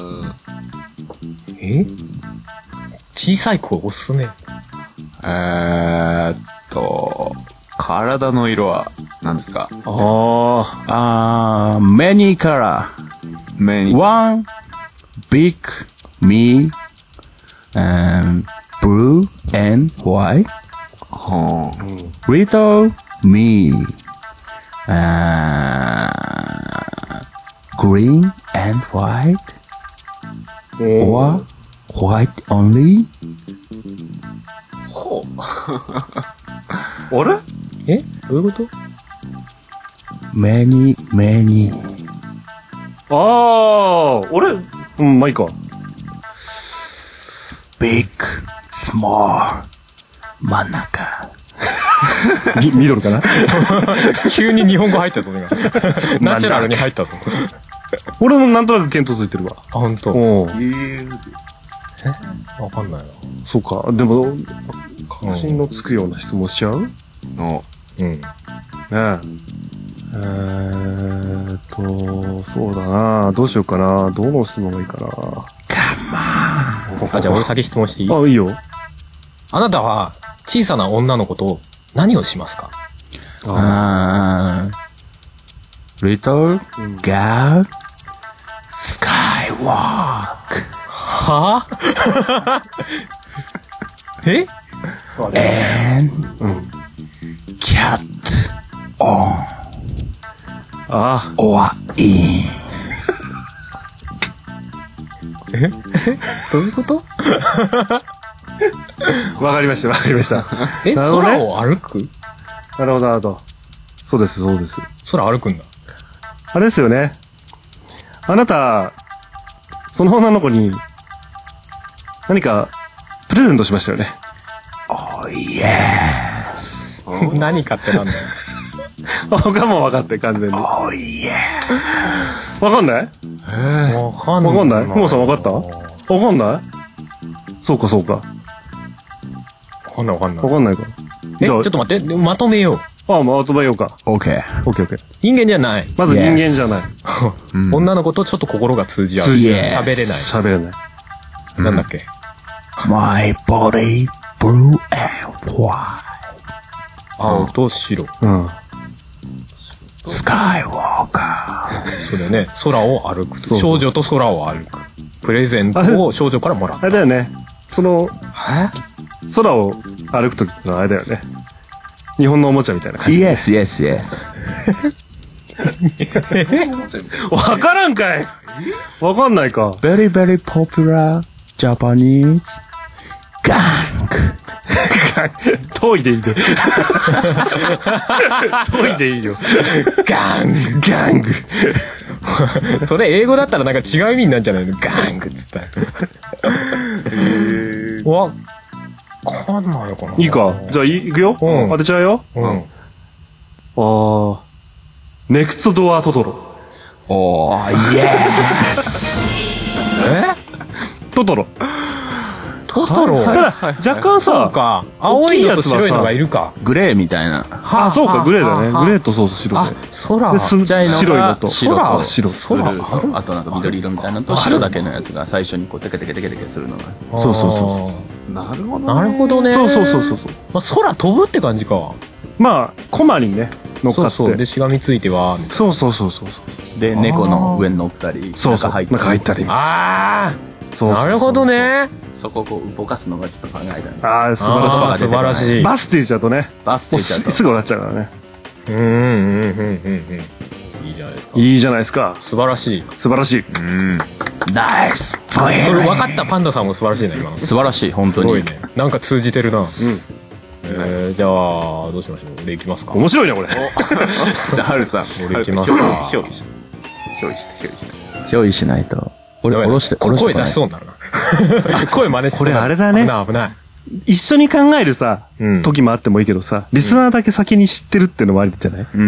小さい子押すね。 体の色は何ですか？ Many color. One big me blue and white. Little me green and white. Or white only. あれ？ どういうこと？ Many. 俺？まあいいか。 Big, small, 真ん中。 ミドルかな？ 急に日本語入ったぞ、今。ナチュラルに入ったぞ。 俺もなんとなく見当ついてるわ。 ほんと。わかんないな。 そうか。でも、確信のつくような質問しちゃう？ねえ。そうだな。どうしようかな。どの質問がいいかな。 じゃあ俺先質問していい？ いいよ。 あなたは小さな女の子と何をしますか ？Little girl skywalk. はぁ？ And cat on. Or in. どういうこと？ わかりました。 空を歩く？ なるほど。そうです。 空歩くんだ。 あれですよね。あなた、その女の子に、何か、プレゼントしましたよね。 Oh, yes. 何かってなんだよ。 他も分かって、完全に。 Oh, yes. 分かんない？ わかんない。 ふもさん分かった？分かんない？そうか。 わかんない。 分かんないか。 ちょっと待って、まとめよう。 まとめようか。 OK。 オッケー。 人間じゃない。 まず人間じゃない。 女の子とちょっと心が通じ合う。喋れない。なんだっけ？ My body blue and white. 青と白。 Skywalker. そうだよね。空を歩く。少女と空を歩く。プレゼントを少女からもらう。 あれだよね。空を歩くときってのはあれだよね。日本のおもちゃみたいな感じ。 Yes. わからんかい。わかんないか。 Very, very popular Japanese gang. 遠いでいいよ。遠いでいいよ。 ガングガングそれ英語だったらなんか違う意味になるんじゃないの？ガングっつったら。わかんないのかな。 いいか。じゃあ、いくよ。 うん当てちゃうよ。ネクストドアトトロ。 おー、イエース。 トトロ。 トトロ。 ただ、若干さ、 青いのと白いのがいるか。 グレーみたいな。 あ、そうか、グレーだね。グレーとそうそう、白で。 空で、白いのと。 白と白。 空あるあとなんか緑色みたいなのと白だけのやつが最初にこうテケテケテケテケするのが。 そうそうそうなるほど。 なるほどね。 そうそうそうそう。 まあ、空飛ぶって感じか。 まあ、コマにね、乗っかって。 そうそう。で、しがみついては、 そうそうそうそう。 で、猫の上に乗ったり、 そうそう。中入ったり。 ああそうそう。 なるほどね。 そこをこう動かすのがちょっと考えたんです。 ああ、素晴らしい。 素晴らしい。 バスって言っちゃうとね。 バスって言っちゃうと。 すぐ終わっちゃうからね。 いいじゃないですか。 いいじゃないですか。 素晴らしい。 素晴らしい。 ナイスポイント。 それ分かったパンダさんも素晴らしいな、今の。 素晴らしい、本当に。 すごいね。なんか通じてるな。じゃあ、どうしましょう。俺行きますか。 面白いね、これ。 じゃあ、はるさん。 俺行きますか。 憑依して。 憑依しないと。俺、下ろして、 声出しそうになるな。声真似しそう。 これあれだね。 危ない、危ない。 一緒に考えるさ、時もあってもいいけどさ、リスナーだけ先に知ってるっていうのもありじゃない？ うん。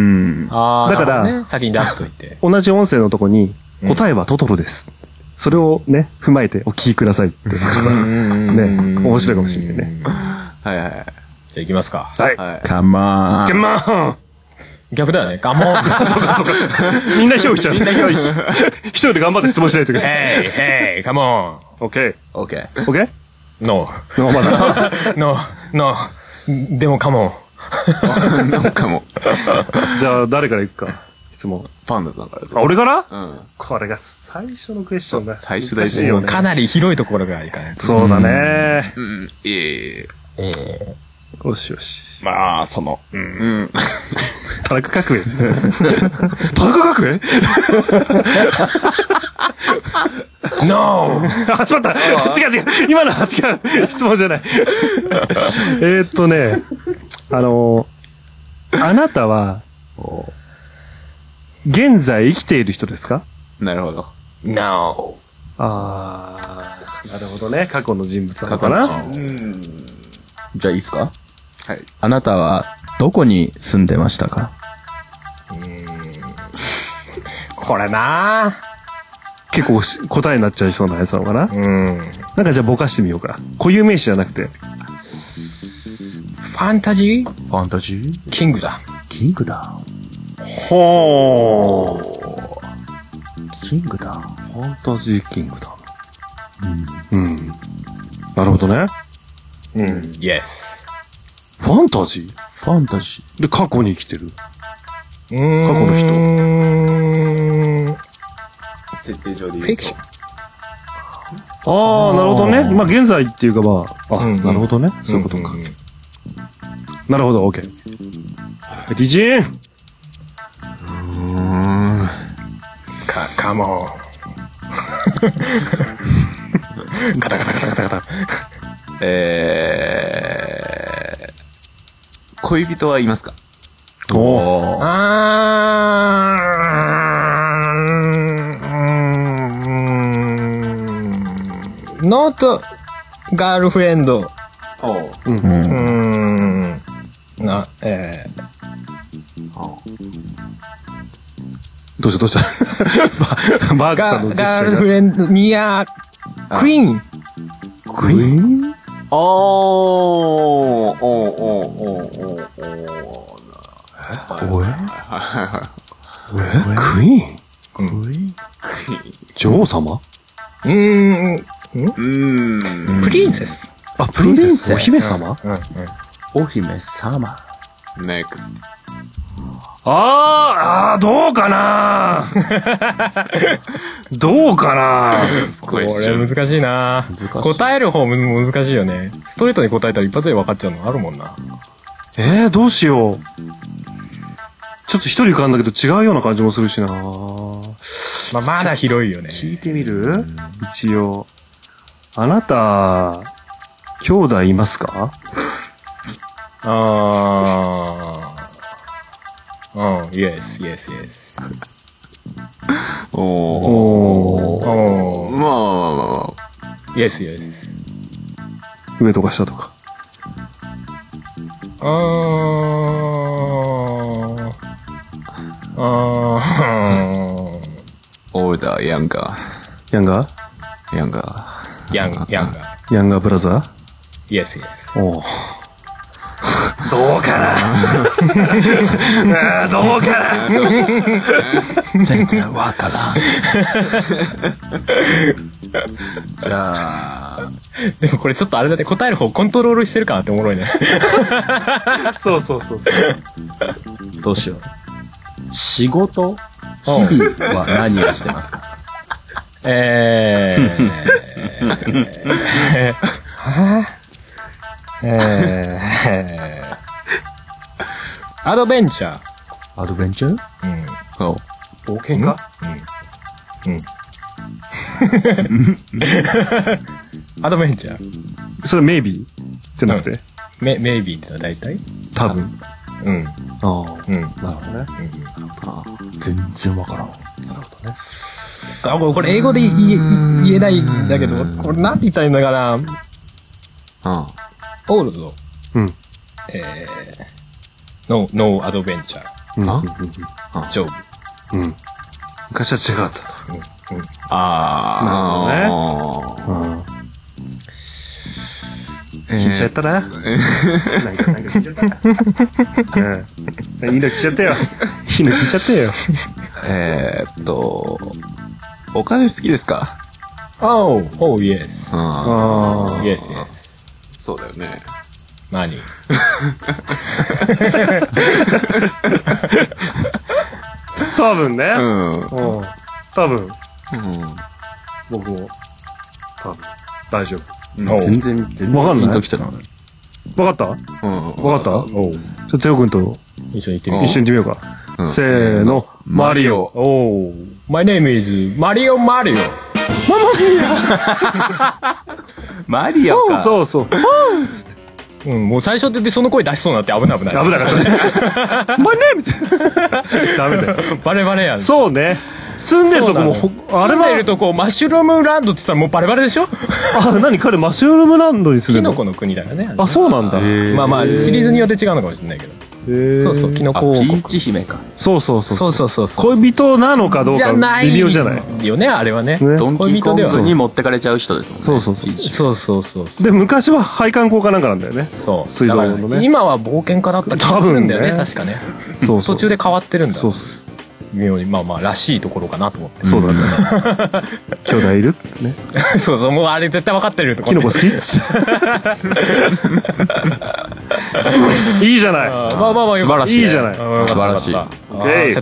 だから、 先に出しといて。 同じ音声のとこに、答えはトトロです。それをね、踏まえてお聞きくださいって。ね、面白いかもしれないね。 はいはいはい。 じゃあ行きますか。 はい。 カモン。 カモン逆だよね。カモン。 みんな憑依しちゃう。みんな憑依し一人で頑張って質問しないといけない。 Hey, come on. オッケー。 オッケー。 オッケー No. まだ。 No, no. でもカモなんかもじゃあ、誰から行くか。質問。 パンダさんから。 あ、俺からうん。 これが最初のクエスチョンだ。 最初大事ン。かなり広いところがいいかね。 そうだね。 うん。 よしよし。 まあ、 田中角栄田中角栄 No! あ、しまった違う。今のは違う。質問じゃない。あなたは、現在生きている人ですか？ なるほど。 No. あー、なるほどね。過去の人物なのかな？ じゃあいいですか？ はい。 あなたはどこに住んでましたか？ これな結構答えになっちゃいそうなやつなのかな？なんかじゃあぼかしてみようか。固有名詞じゃなくて。 ファンタジーファンタジーキングだ。 キングだ。 ほー。 キングだ。 ファンタジーキングだ。なるほどね。 Yes. ファンタジーファンタジで、過去に生きてる。 過去の人。 設定上でフィクション。 ああ、なるほどね。まあ、現在っていうかまあ、なるほどね。そういうことか。なるほど、オッケー。ディジーンカモン。カタカタカタカタカタ。 恋人はいますか？ おー。 not girlfriend. どうしたマークさんのジェスチャーが。 ガールフレンド、ニア、クイーン。 クイーンクイーン女王様プリンセス。 あ、プリンセスお姫様お姫様。 next。 どうかなどうかなこれ難しいな。答える方も難しいよね。ストレートに答えたら一発で分かっちゃうのあるもんな。 どうしよう。ちょっと一人浮かんだけど違うような感じもするしな。 まだ広いよね。 聞いてみる？一応。あなた、兄弟いますか？ yes, yes, yes. まあ。 yes, yes. 上とか下とか。 older, younger. ヤンガー younger. ヤンガー。 ヤンガーブラザー yes, yes. おうどうかなどうかな全然わからん。じゃあ、 でもこれちょっとあれだね、答える方コントロールしてるかなっておもろいね。 そうそうそうそう。 どうしよう。仕事日々は何をしてますか？ アドベンチャー。 アドベンチャー？ Oh. 冒険かアドベンチャー。 それメイビーじゃなくてメイビーってのは大体多分。 うん。 ああ。 うん。 なるほどね。 全然わからん。 これ英語で言えないんだけど、これなんて言ったらいいのかな。オールド。 うん。 ノーアドベンチャー。ジョブ。 うん。昔は違ったと。聞いちゃったな。なんか聞いちゃったな。いいの聞いちゃったよ。いいの聞いちゃったよ。 お金好きですか？ Oh, yes. ああ。 Yes, yes. そうだよね。 何？ 多分ね。多分。僕も、多分、大丈夫。 全然わかんないピンときてない。 わかった？わかった？ちょっとテオ君と一緒に行ってみよう。 一緒に行ってみようか。せーの、マリオ。 Oh, my name is Mario Mario. マリオか。 そうそう。 うん、もう最初ってその声出しそうになって危なくない？ 危なかったね。マイネームズダメだよ。 バレバレやん。 そうね。住んでるとこも、あれ住んでるとこマッシュルームランドって言ったらもうバレバレでしょ？ 何彼マッシュルームランドにするの？ キノコの国だよね。 あ、そうなんだ。 まあまあシリーズによって違うのかもしれないけど。そうそう、キノコ王国。 ピーチ姫か。 そうそうそう。 そう。 恋人なのかどうか微妙じゃない？ よね、あれはね。 ドンキーコングに持ってかれちゃう人ですもんね。 そう。 そう。 で、昔は配管工かなんかなんだよね。 そう。 水道のね。 今は冒険家だった気がするんだよね、確かね。 そう。 途中で変わってるんだ。 そう。 妙に、まあらしいところかなと思って。 そうなんだ。兄弟いるっつってね。 そう、もうあれ絶対分かってるとか。 キノコ好きっつって。いいじゃない。 まあ、 素晴らしい。 いいじゃない。 素晴らしい。 焦った。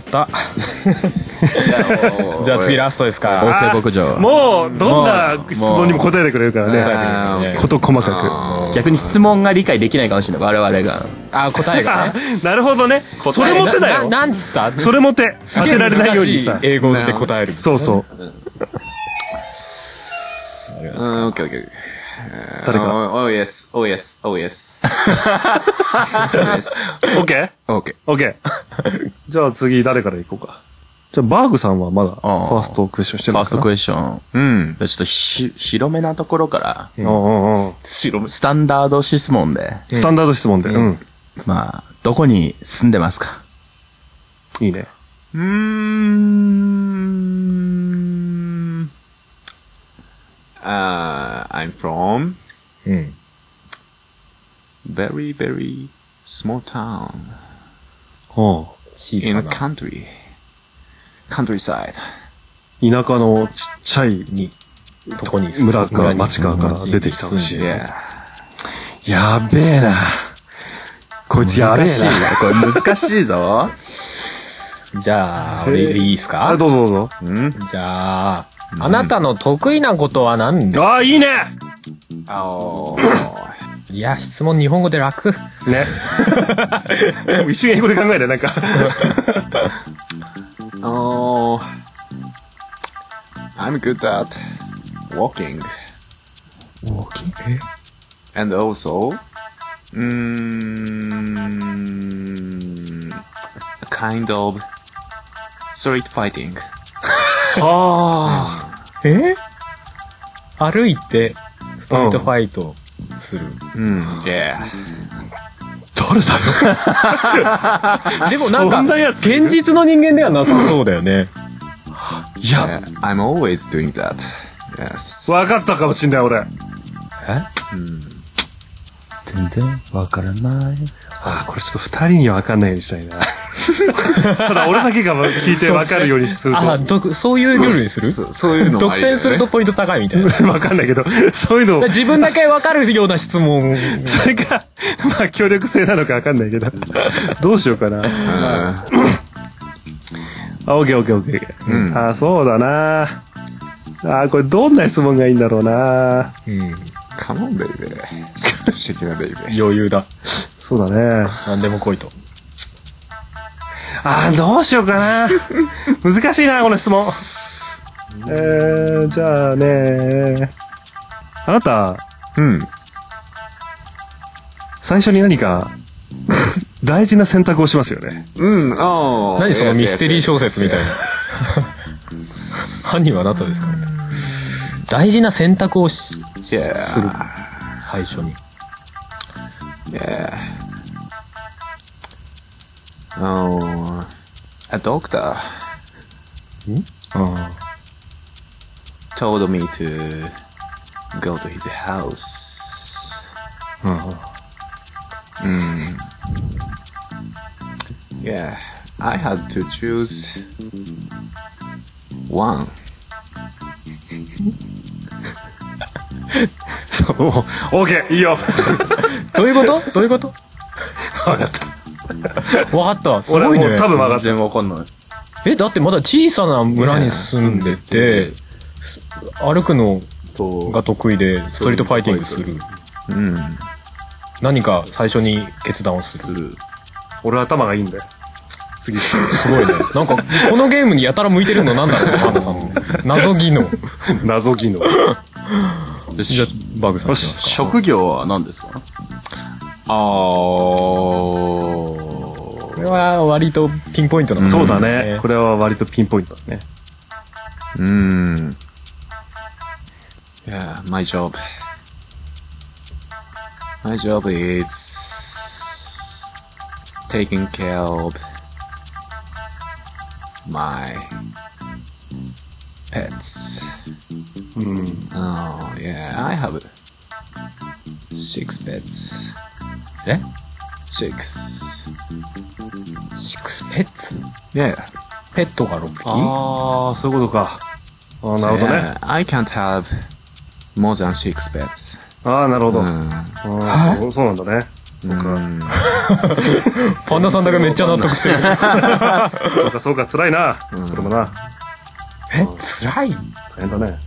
じゃあ次ラストですか。 OK 牧場。 もう、どんな質問にも答えてくれるからね。事細かく。逆に質問が理解できないかもしれない。我々が。 答えがね。 なるほどね。それも手だよ。 なんつった？ それも手。当てられないようにさ。 英語で答える。 そうそう。 OK。 誰か。 Oh yes. OK。じゃあ次誰から行こうか。じゃあバーグさんはまだファーストクエスチョンしてるんですか？ ファーストクエスチョン。ちょっと広めなところから。スタンダード質問で。 スタンダード質問で。 まあ、どこに住んでますか？ いいね。 I'm from very, very small town in countryside. 田舎のちっちゃいとこに村か町かから出てきたし。 Yeah. やべえな。こいつやべえな。 これ難しいぞ。 じゃあ、俺いいっすか？ どうぞ。 じゃあ、あなたの得意なことは何で？ いいね。 いや、質問日本語で楽。 ね。一瞬英語で考えるなんか。 I'm good at walking. And also kind of street fighting. は歩いて、ストリートファイトする。 Yeah. 誰だよ。 でもなんか、 そんなやつ現実の人間ではなさそうだよね。 いや、 I'm always doing that. Yes. わかったかもしんない、俺。 全然わからない。 ああ、これちょっと二人にはわかんないようにしたいな。ただ俺だけが聞いてわかるようにすると。 そういうルールにするそういうのも独ありだよね占するとポイント高いみたいな。 わかんないけど、そういうのを、 自分だけわかるような質問。 それが、まあ協力性なのかわかんないけど、どうしようかな。あ、オッケーオッケーオッケー。あ、そうだな。あ、これどんな質問がいいんだろうな。 Come on, baby. シェキなベイベー。 余裕だ。 そうだね。 何でも来いと。 あ、どうしようかな。難しいな、この質問。じゃあね。あなた、最初に何か、大事な選択をしますよね。 何そのミステリー小説みたいな。犯人はあなたですかみたいな。大事な選択をする。最初に。 Yeah. A doctor told me to go to his house. Yeah, I had to choose one. そう、オーケー、いいよ。 どういうことどういうことわかった。 わかった。すごいね。 俺もう多分わかった。 全然わかんない。 だってまだ小さな村に住んでて、歩くのが得意でストリートファイティングする。何か最初に決断をする。 俺頭がいいんだよ。次。 すごいね。なんか、このゲームにやたら向いてるのなんだろうね、パンダさんも。謎技能。 謎技能。 じゃあ、バグさんしますか。 職業は何ですか？ これは割とピンポイントな。 そうだね。これは割とピンポイントだね。 Yeah, my job. My job is taking care of my pets. Oh, yeah, I have 6 pets. え 6. 6ペッツ Yeah. ペットが6匹ああ、そういうことか。ああ、なるほどね。 Yeah, I can't have more than 6 pets. ああ、なるほど。そうなんだね。そうか。 パンダさんだけめっちゃ納得してる。 そうか、そうか、辛いな。それもな。 辛い大変だね。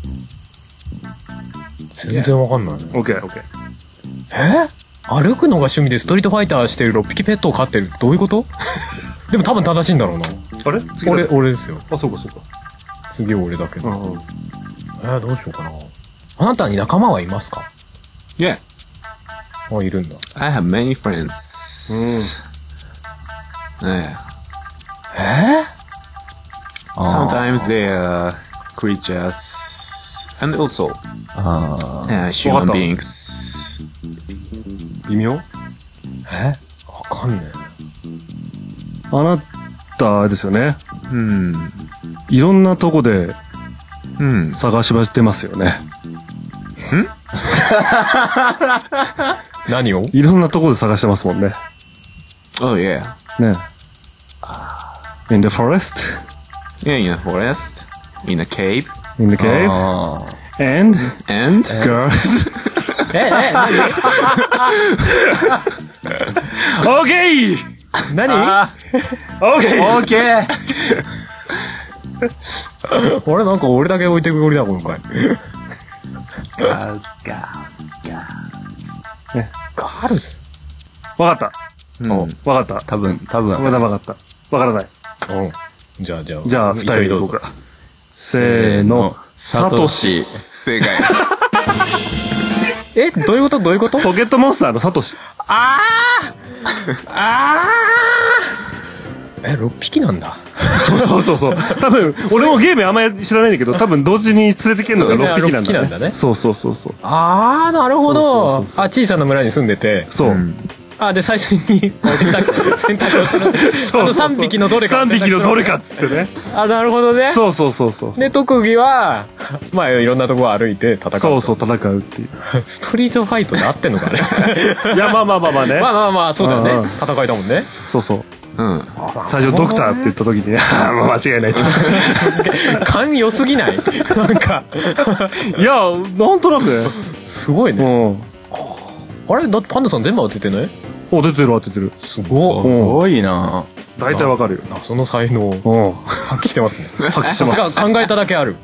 全然わかんない。 オッケー、オッケー。 歩くのが趣味でストリートファイターしてる6匹ペットを飼ってる。どういうことでも多分正しいんだろうな。 あれ俺ですよ。 あ、そうか、そうか。 次俺だけど。どうしようかな。あなたに仲間はいますか？ Yeah. あ、いるんだ。 I have many friends. Yeah. Sometimes they are creatures and also human beings. 微妙？ わかんねあなたですよね。いろんなとこで探ししてますよね。 何を？ いろんなとこで探してますもんね。 Oh yeah. ね。In the forest? Yeah, in a forest, in a cave, In the cave? And and girls? Okay! 何？ Okay! Okay. 俺なんか俺だけ置いてくぼりだ今回。 Girls. ガールズ。 わかった。わかった。 多分。 まだわかった。わからない。 じゃあ。 じゃあ、二人でどうぞ。 行こうか。せーの。サトシ。 正解。 どういうこと？ ポケットモンスターのサトシ。 6匹なんだ。 そう。多分、俺もゲームあんまり知らないんだけど、多分同時に連れてけるのが6匹なんだね。 6匹なんだね。 そう。 なるほど。小さな村に住んでて。 そう。 で、最初に選択をする。3匹のどれか。 3匹のどれかっつってね。 なるほどね。 そう。 で、特技は、まあ、いろんなとこ歩いて戦う。 そう、戦うっていう。 ストリートファイトで合ってんのかね。 いや、まあね。 まあ、そうだよね。戦いだもんね。 そう。最初ドクターって言った時にね、間違いないと。 勘良すぎないなんか。 いや、なんとなくね。 すごいね。あれだってパンダさん全部当ててない？ 当ててる。 すごいな。 大体わかるよ。 その才能を発揮してますね。 発揮してます。 考えただけある。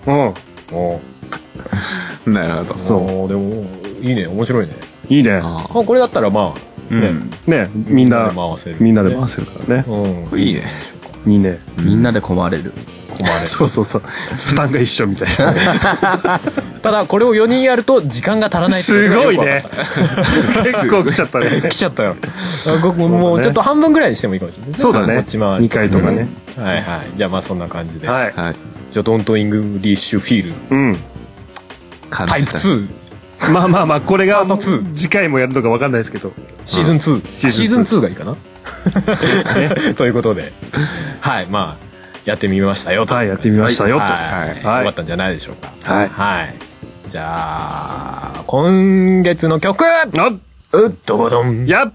なるほど。 そう。でも、いいね。面白いね。 いいね。 これだったらまあ、 ね、みんなで回せるからね。 いいね。 いいね。 みんなで困れる。 そう。負担が一緒みたいな。 ただ、これを4人やると時間が足らない。 すごいね。結構来ちゃったね。 来ちゃったよ。もうちょっと半分ぐらいにしてもいいかもしれない。 そうだね。2回とかね。 はい。じゃあまあそんな感じで。 はい。 じゃあ、ドントイングリッシュフィール。タイプ2。 まあ、これが次回もやるのか分かんないですけど。 シーズン2。シーズン2がいいかな。ということで。はい。まあ、やってみましたよと。 はい、やってみましたよと。 よかったんじゃないでしょうか。はい。じゃあ、今月の曲ドコドン。 やっ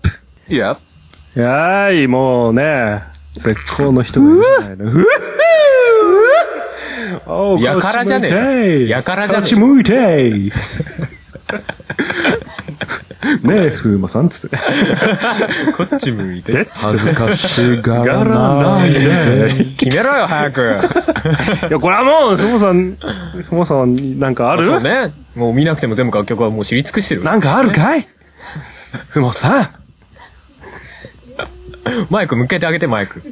ーい、もうね、絶好の人がいるじゃないの。 やからじゃねえ。やからじゃねえ。 こっち向いてねえ、風磨さんつって。 こっち向いて。 恥ずかしがらないで。決めろよ、早く。 いや、これはもう、風磨さんなんかある？ そうね。もう見なくても全部楽曲はもう知り尽くしてる。 なんかあるかい？風磨さん。 マイク向けてあげて、マイク。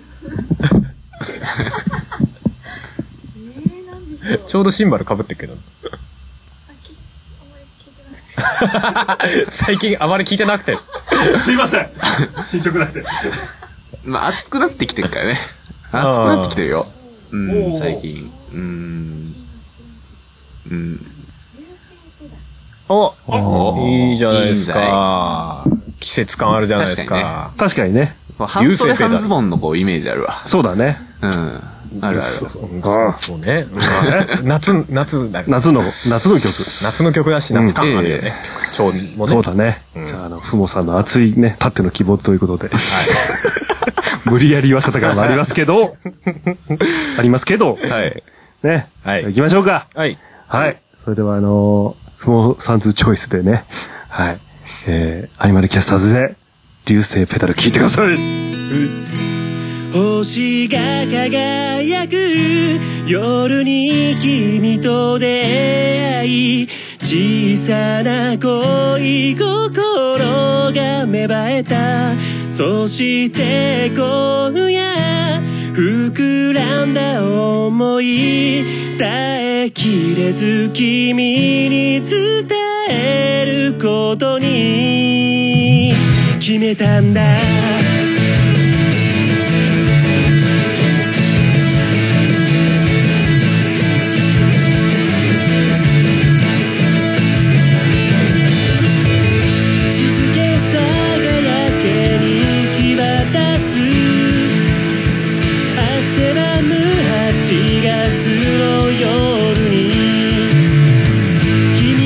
ちょうどシンバル被ってるけど。最近あまり聞いてなくて。 すいません。新曲なくて。 まあ、熱くなってきてるからね。熱くなってきてるよ。最近。 いいじゃないですか。季節感あるじゃないですか。 確かにね。 半袖半ズボンのこうイメージあるわ。 そうだね。 ある。 そうね。夏だ。 夏の曲。 夏の曲だし、夏感あるよね。調もね。 そうだね。じゃあ、ふもさんの熱いね、たっての希望ということで。無理やり言わせた感もありますけど。 はい。 ね。はい。行きましょうか。 はい。 はい。それでは、ふもさんズチョイスでね。はい。アニマルキャスターズで、流星ペダル聞いてください。 星が輝く夜に君と出会い、小さな恋心が芽生えた。そして今夜膨らんだ想い、耐えきれず君に伝えることに決めたんだ。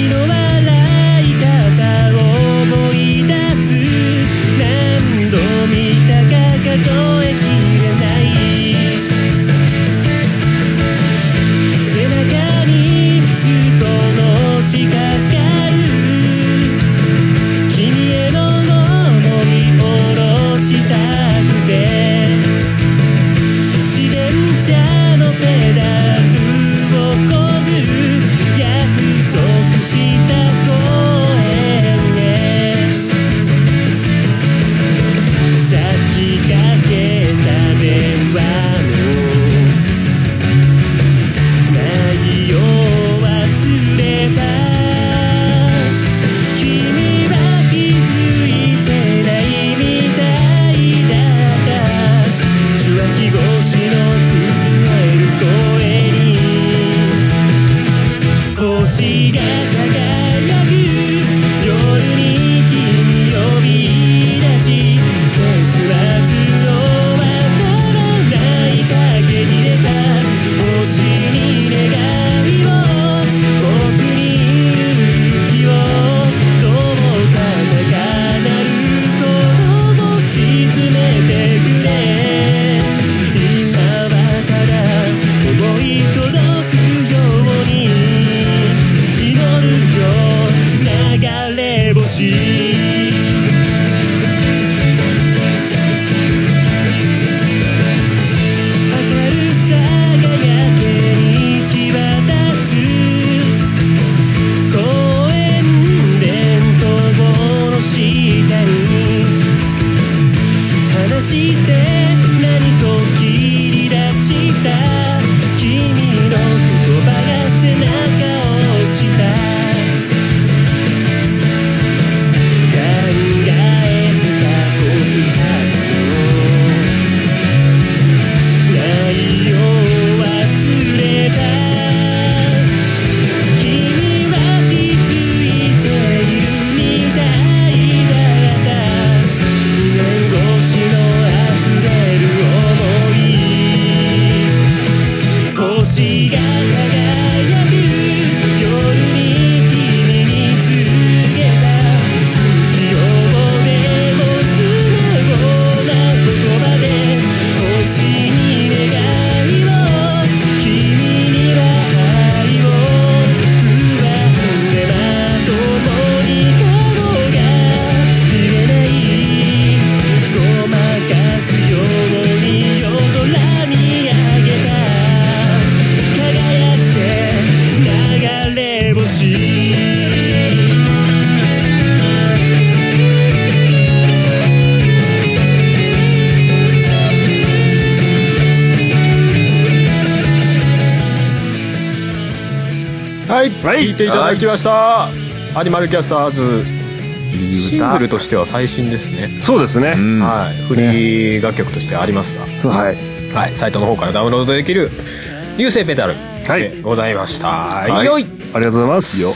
も星聞いていただきました。アニマルキャスターズシングルとしては最新ですね。 そうですね。 はい。フリー楽曲としてありますが、 はい。 はい。サイトの方からダウンロードできる流星ペダルでございました。はい。よい。 ありがとうございます。よ。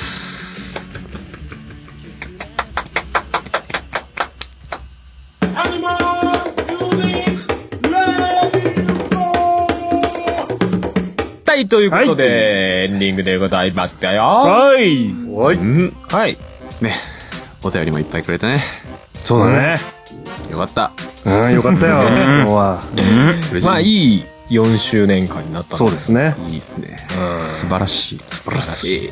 ということで、エンディングでございましたよ。 はい。 はい。 ね。お便りもいっぱいくれたね。 そうだね。 よかった。 よかったよ。今日は。 まあ、いい4周年間になった。 そうですね。 いいですね。素晴らしい。素晴らしい。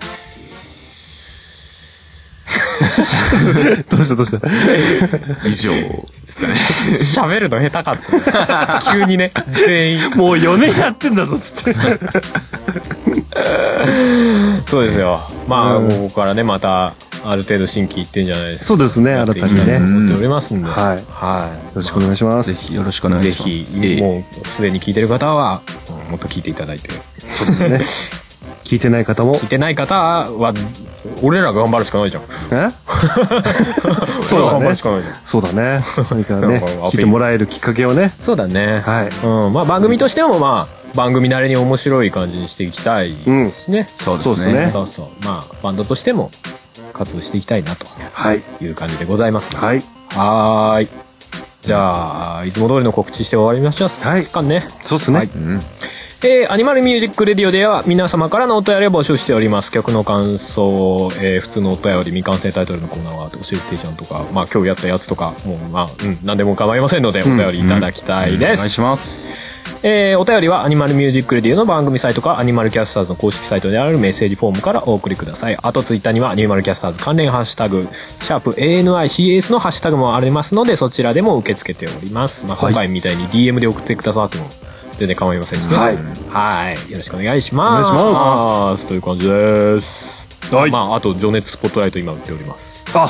どうした以上ですかね。 喋るの下手かった。急にね、全員。 もう4年やってんだぞ、つって。 そうですよ。まあ、ここからね、また、ある程度心機一転じゃないですか。 そうですね、新たにね。 思っておりますんで。 はい。よろしくお願いします。 ぜひよろしくお願いします。 ぜひ、もう、すでに聞いてる方は、もっと聞いていただいて。 そうですね。聞いてない方も。 聞いてない方は、俺らが頑張るしかないじゃん。 そうだね。 頑張るしかないじゃん。 そうだね。何かね、聞いてもらえるきっかけをね。 そうだね。 はい。 まあ番組としてもまあ、番組なりに面白い感じにしていきたいですしね。 そうですね。 そうそう。まあ、バンドとしても活動していきたいなという感じでございます。 はい。 はい。じゃあ、いつも通りの告知して終わりましょうかね。 そうですね。 アニマルミュージックレディオでは皆様からのお便りを募集しております。曲の感想、普通のお便り、未完成タイトルのコーナーは教えてちゃんとか、まあ今日やったやつとか、もうまあ、何でも構いませんのでお便りいただきたいです。 お願いします。 お便りはアニマルミュージックレディオの番組サイトかアニマルキャスターズの公式サイトであるメッセージフォームからお送りください。あとツイッターにはアニマルキャスターズ関連ハッシュタグ#ANICAS のハッシュタグもありますので、そちらでも受け付けております。まあ今回みたいに DM で送ってくださっても全然構いませんしね。はい。よろしくお願いします。 お願いします。 という感じです。はい。まああと情熱スポットライト今売っております。 はい。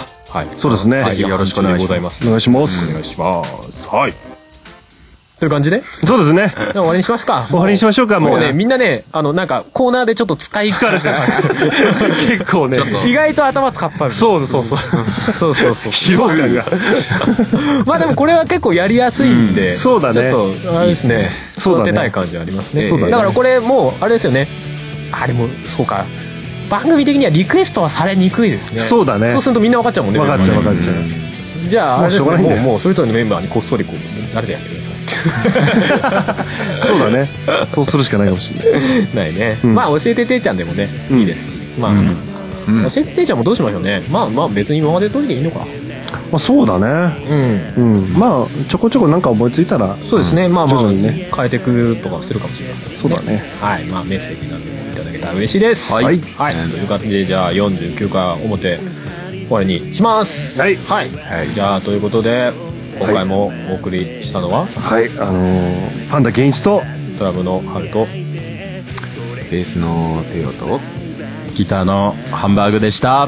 そうですね。 ぜひよろしくお願いします。 お願いします。 お願いします。はい。という感じでそうですね。 終わりにしますか。 終わりにしましょうか。 もうね、みんなね、なんかコーナーでちょっと使い疲れて結構ね、 意外と頭使ったんです。 そう。 疲労感が。まあでもこれは結構やりやすいんで、 そうだね。 ちょっとあれですね、育てたい感じありますね。だからこれもうあれですよね。あれもそうか。番組的にはリクエストはされにくいですね。 そうだね。 そうするとみんな分かっちゃうもんね。 分かっちゃう。 じゃああれですね。もうそれぞれのメンバーにこっそりこう誰でやってください。 そうだね。そうするしかないかもしれない。ないね。まあ教えてていちゃんでもね、いいですし。まあ教えてていちゃんもどうしましょうね。まあ別に今まで通りでいいのか。 まあそうだね。まあちょこちょこなんか思いついたら、 そうですね。まあ徐々にね変えていくとかするかもしれません。 そうだね。 はい。まあメッセージなんでいただけたら嬉しいです。 はい。 という感じでじゃあ49回表終わりにします。 はい。 はい。じゃあ、ということで、今回もお送りしたのは、 はい、パンダ健一と、 ドラムのハルと、 ベースのテオと、 ギターのハンバーグでした。 はい、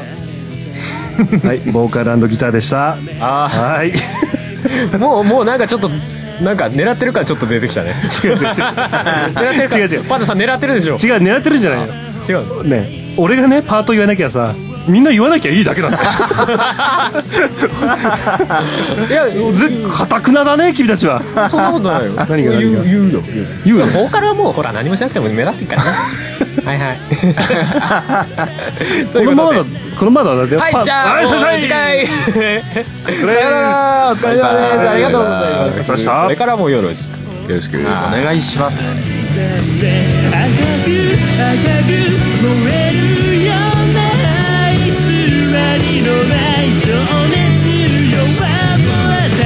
ボーカル&ギターでした。はい。 もうなんかちょっと、なんか狙ってるからちょっと出てきたね。違う。狙ってるから。違う。パンダさん狙ってるでしょ。 違う、狙ってるんじゃないよ。 違う。 ね、俺がね、パート言わなきゃさ、みんな言わなきゃいいだけだった。いや、かたくなだね、君たちは。 そんなことないよ。 何が言うよ。 ボーカルはもうほら何もしなくても目立ってるからね。はいはい。 このままだね。 はい、じゃあ次回。さよなら。お疲れ様です。ありがとうございます。これからもよろしくお願いします。 赤く燃えるような偽りのない情熱よはもらた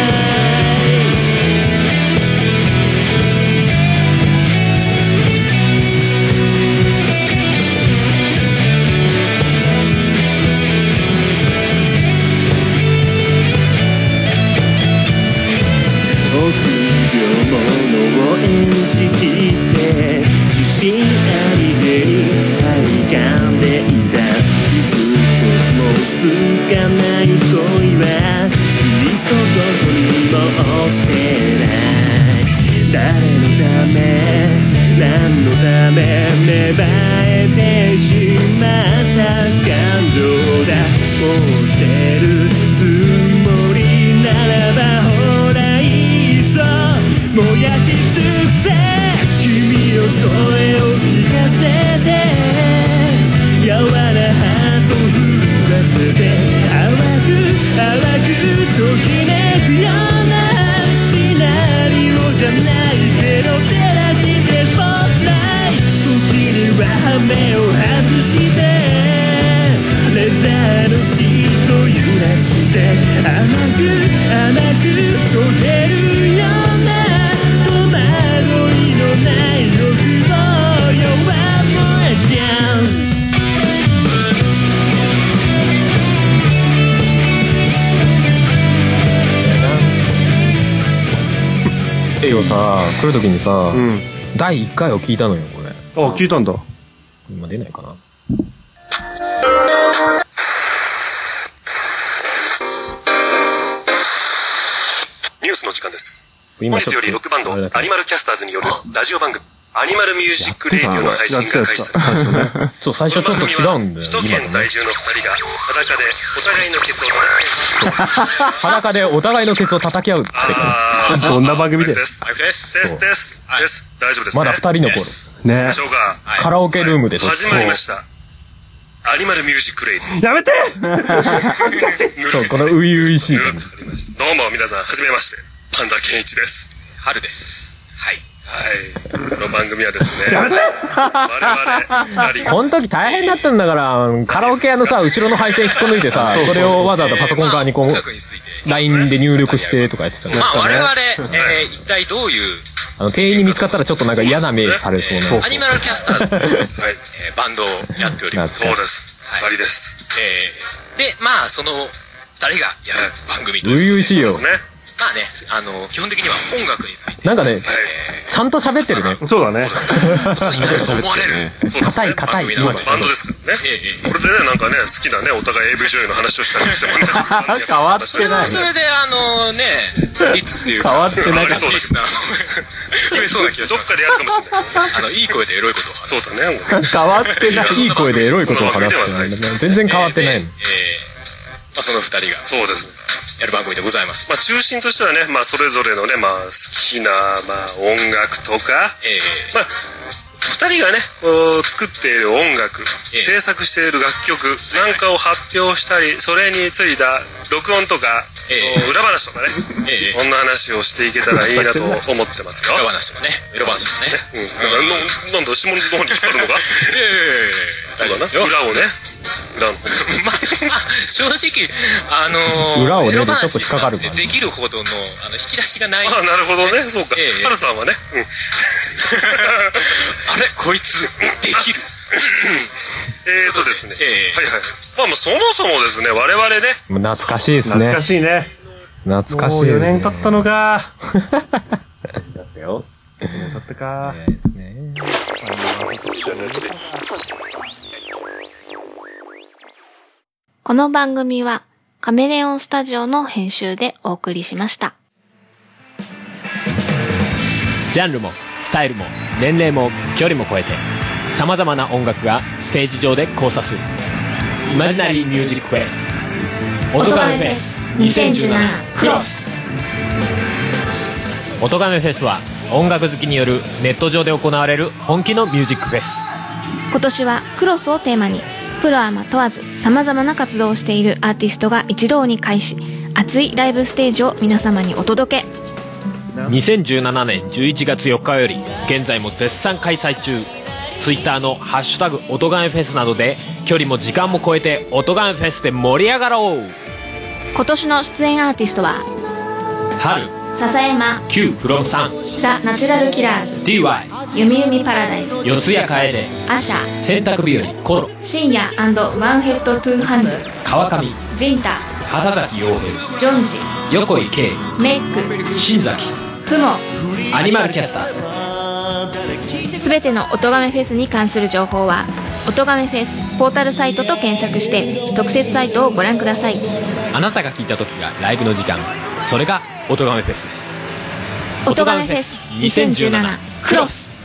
臆病者を演じきって自信ありげに張り噛んでいた傷一つもつかない恋はきっとどこにも落ちてない誰のため何のため芽生えてしまった感情だもう捨てるつもりならばほらいっそ燃やし尽くせ君の声を聞かせて柔らなハートを震らせて淡くときめくようなシナリオじゃないけど照らしてスポットライト時には羽目を外してレザーのシート揺らして甘く溶けるような戸惑いのない欲望よ One more chance 今日さ、来る時にさ、第1回を聞いたのよ、これ。 あ、聞いたんだ。 今出ないかな。 ニュースの時間です。 本日よりロックバンドアニマルキャスターズによるラジオ番組アニマルミュージックレディオの配信が開始されます。 そう、最初ちょっと違うんだよ。 首都圏在住の2人が裸でお互いのケツを裸でお互いのケツを叩き合うって。 どんな番組でです。大丈夫ですね。 まだ2人の頃。 ね。 カラオケルームで始まりました。アニマルミュージックレディオ。 やめてそう、この初々しい。 どうも皆さん、はじめまして。パンダケンイチです。春です。はい。この番組はですね。やめて我々2人。 この時大変だったんだから、カラオケ屋のさ、後ろの配線引っこ抜いてさ、それをわざわざパソコン側にこう、LINE で入力してとかやってたね。 まあ我々、一体どういう、 店員に見つかったらちょっとなんか嫌な目されそうな。 アニマルキャスターズという、バンドをやっております。 そうです。2人です。 で、まあその2人がやる番組という。初々しいよ。 まあね、基本的には音楽について。 なんかね、ちゃんと喋ってるね。 そうだね。 そう思われる。 硬い。 バンドですからね。これでね、なんかね、好きなね、お互い AV 女優の話をしたりしてもね。 変わってない。 それでいつっていう変わってない。 そうです。増えそうな気がします。どっかでやるかもしれない。 いい声でエロいことを話す。 そうだね。 変わってない。 いい声でエロいことを話す。全然変わってないの。 その2人が。 そうです。 やる番組でございます。 まあ中心としてはね、まあそれぞれのね、まあ好きな、まあ音楽とか、まあ、2人がね、作っている音楽、制作している楽曲なんかを発表したり、それについた録音とか、裏話とかね、こんな話をしていけたらいいなと思ってますよ。 裏話とかね、裏話とかね。 なんだ、下の方に引っ張るのがそうだな、裏をね。まあ、 正直、 裏をね、ちょっと引っかかるから。 できるほどの、引き出しがない。 あ、なるほどね、そうか。ハルさんはね、 あれこいつ、できる。 ですね。はいはい。まあそもそもですね、我々ね。 懐かしいですね。 懐かしいね。 懐かしい。 もう4年経ったのか。だったよ。4年経ったか。 早いですね。 この番組はカメレオンスタジオの編集でお送りしました。 ジャンルもスタイルも年齢も距離も超えて様々な音楽がステージ上で交差するイマジナリーミュージックフェス音亀フェス2017クロス。音亀フェスは音楽好きによるネット上で行われる本気のミュージックフェス。 今年はクロスをテーマにプロアマ問わず様々な活動をしているアーティストが一堂に会し、熱いライブステージを皆様にお届け。 2017年11月4日より現在も絶賛開催中。ツイッターのハッシュタグ音亀フェスなどで距離も時間も超えて音亀フェスで盛り上がろう。 今年の出演アーティストは春、 笹山、 Q from 3、 ザ・ナチュラルキラーズ、 DY、 ゆみゆみパラダイス、 四谷楓、 アシャ、 洗濯日和、コロ、 深夜&ワンヘッドトゥーハンズ、 川上、 ジンタ、 畑崎陽平、 ジョンジ、 横井圭、 メイク、 新崎、 クモ。 アニマルキャスターズ。 すべての音亀フェスに関する情報は音亀フェスポータルサイトと検索して特設サイトをご覧ください。 あなたが聞いた時がライブの時間、それが音亀フェスです。 音亀フェス2017クロス。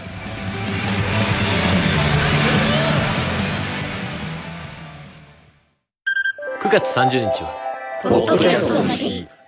9月30日はポッドキャストの日。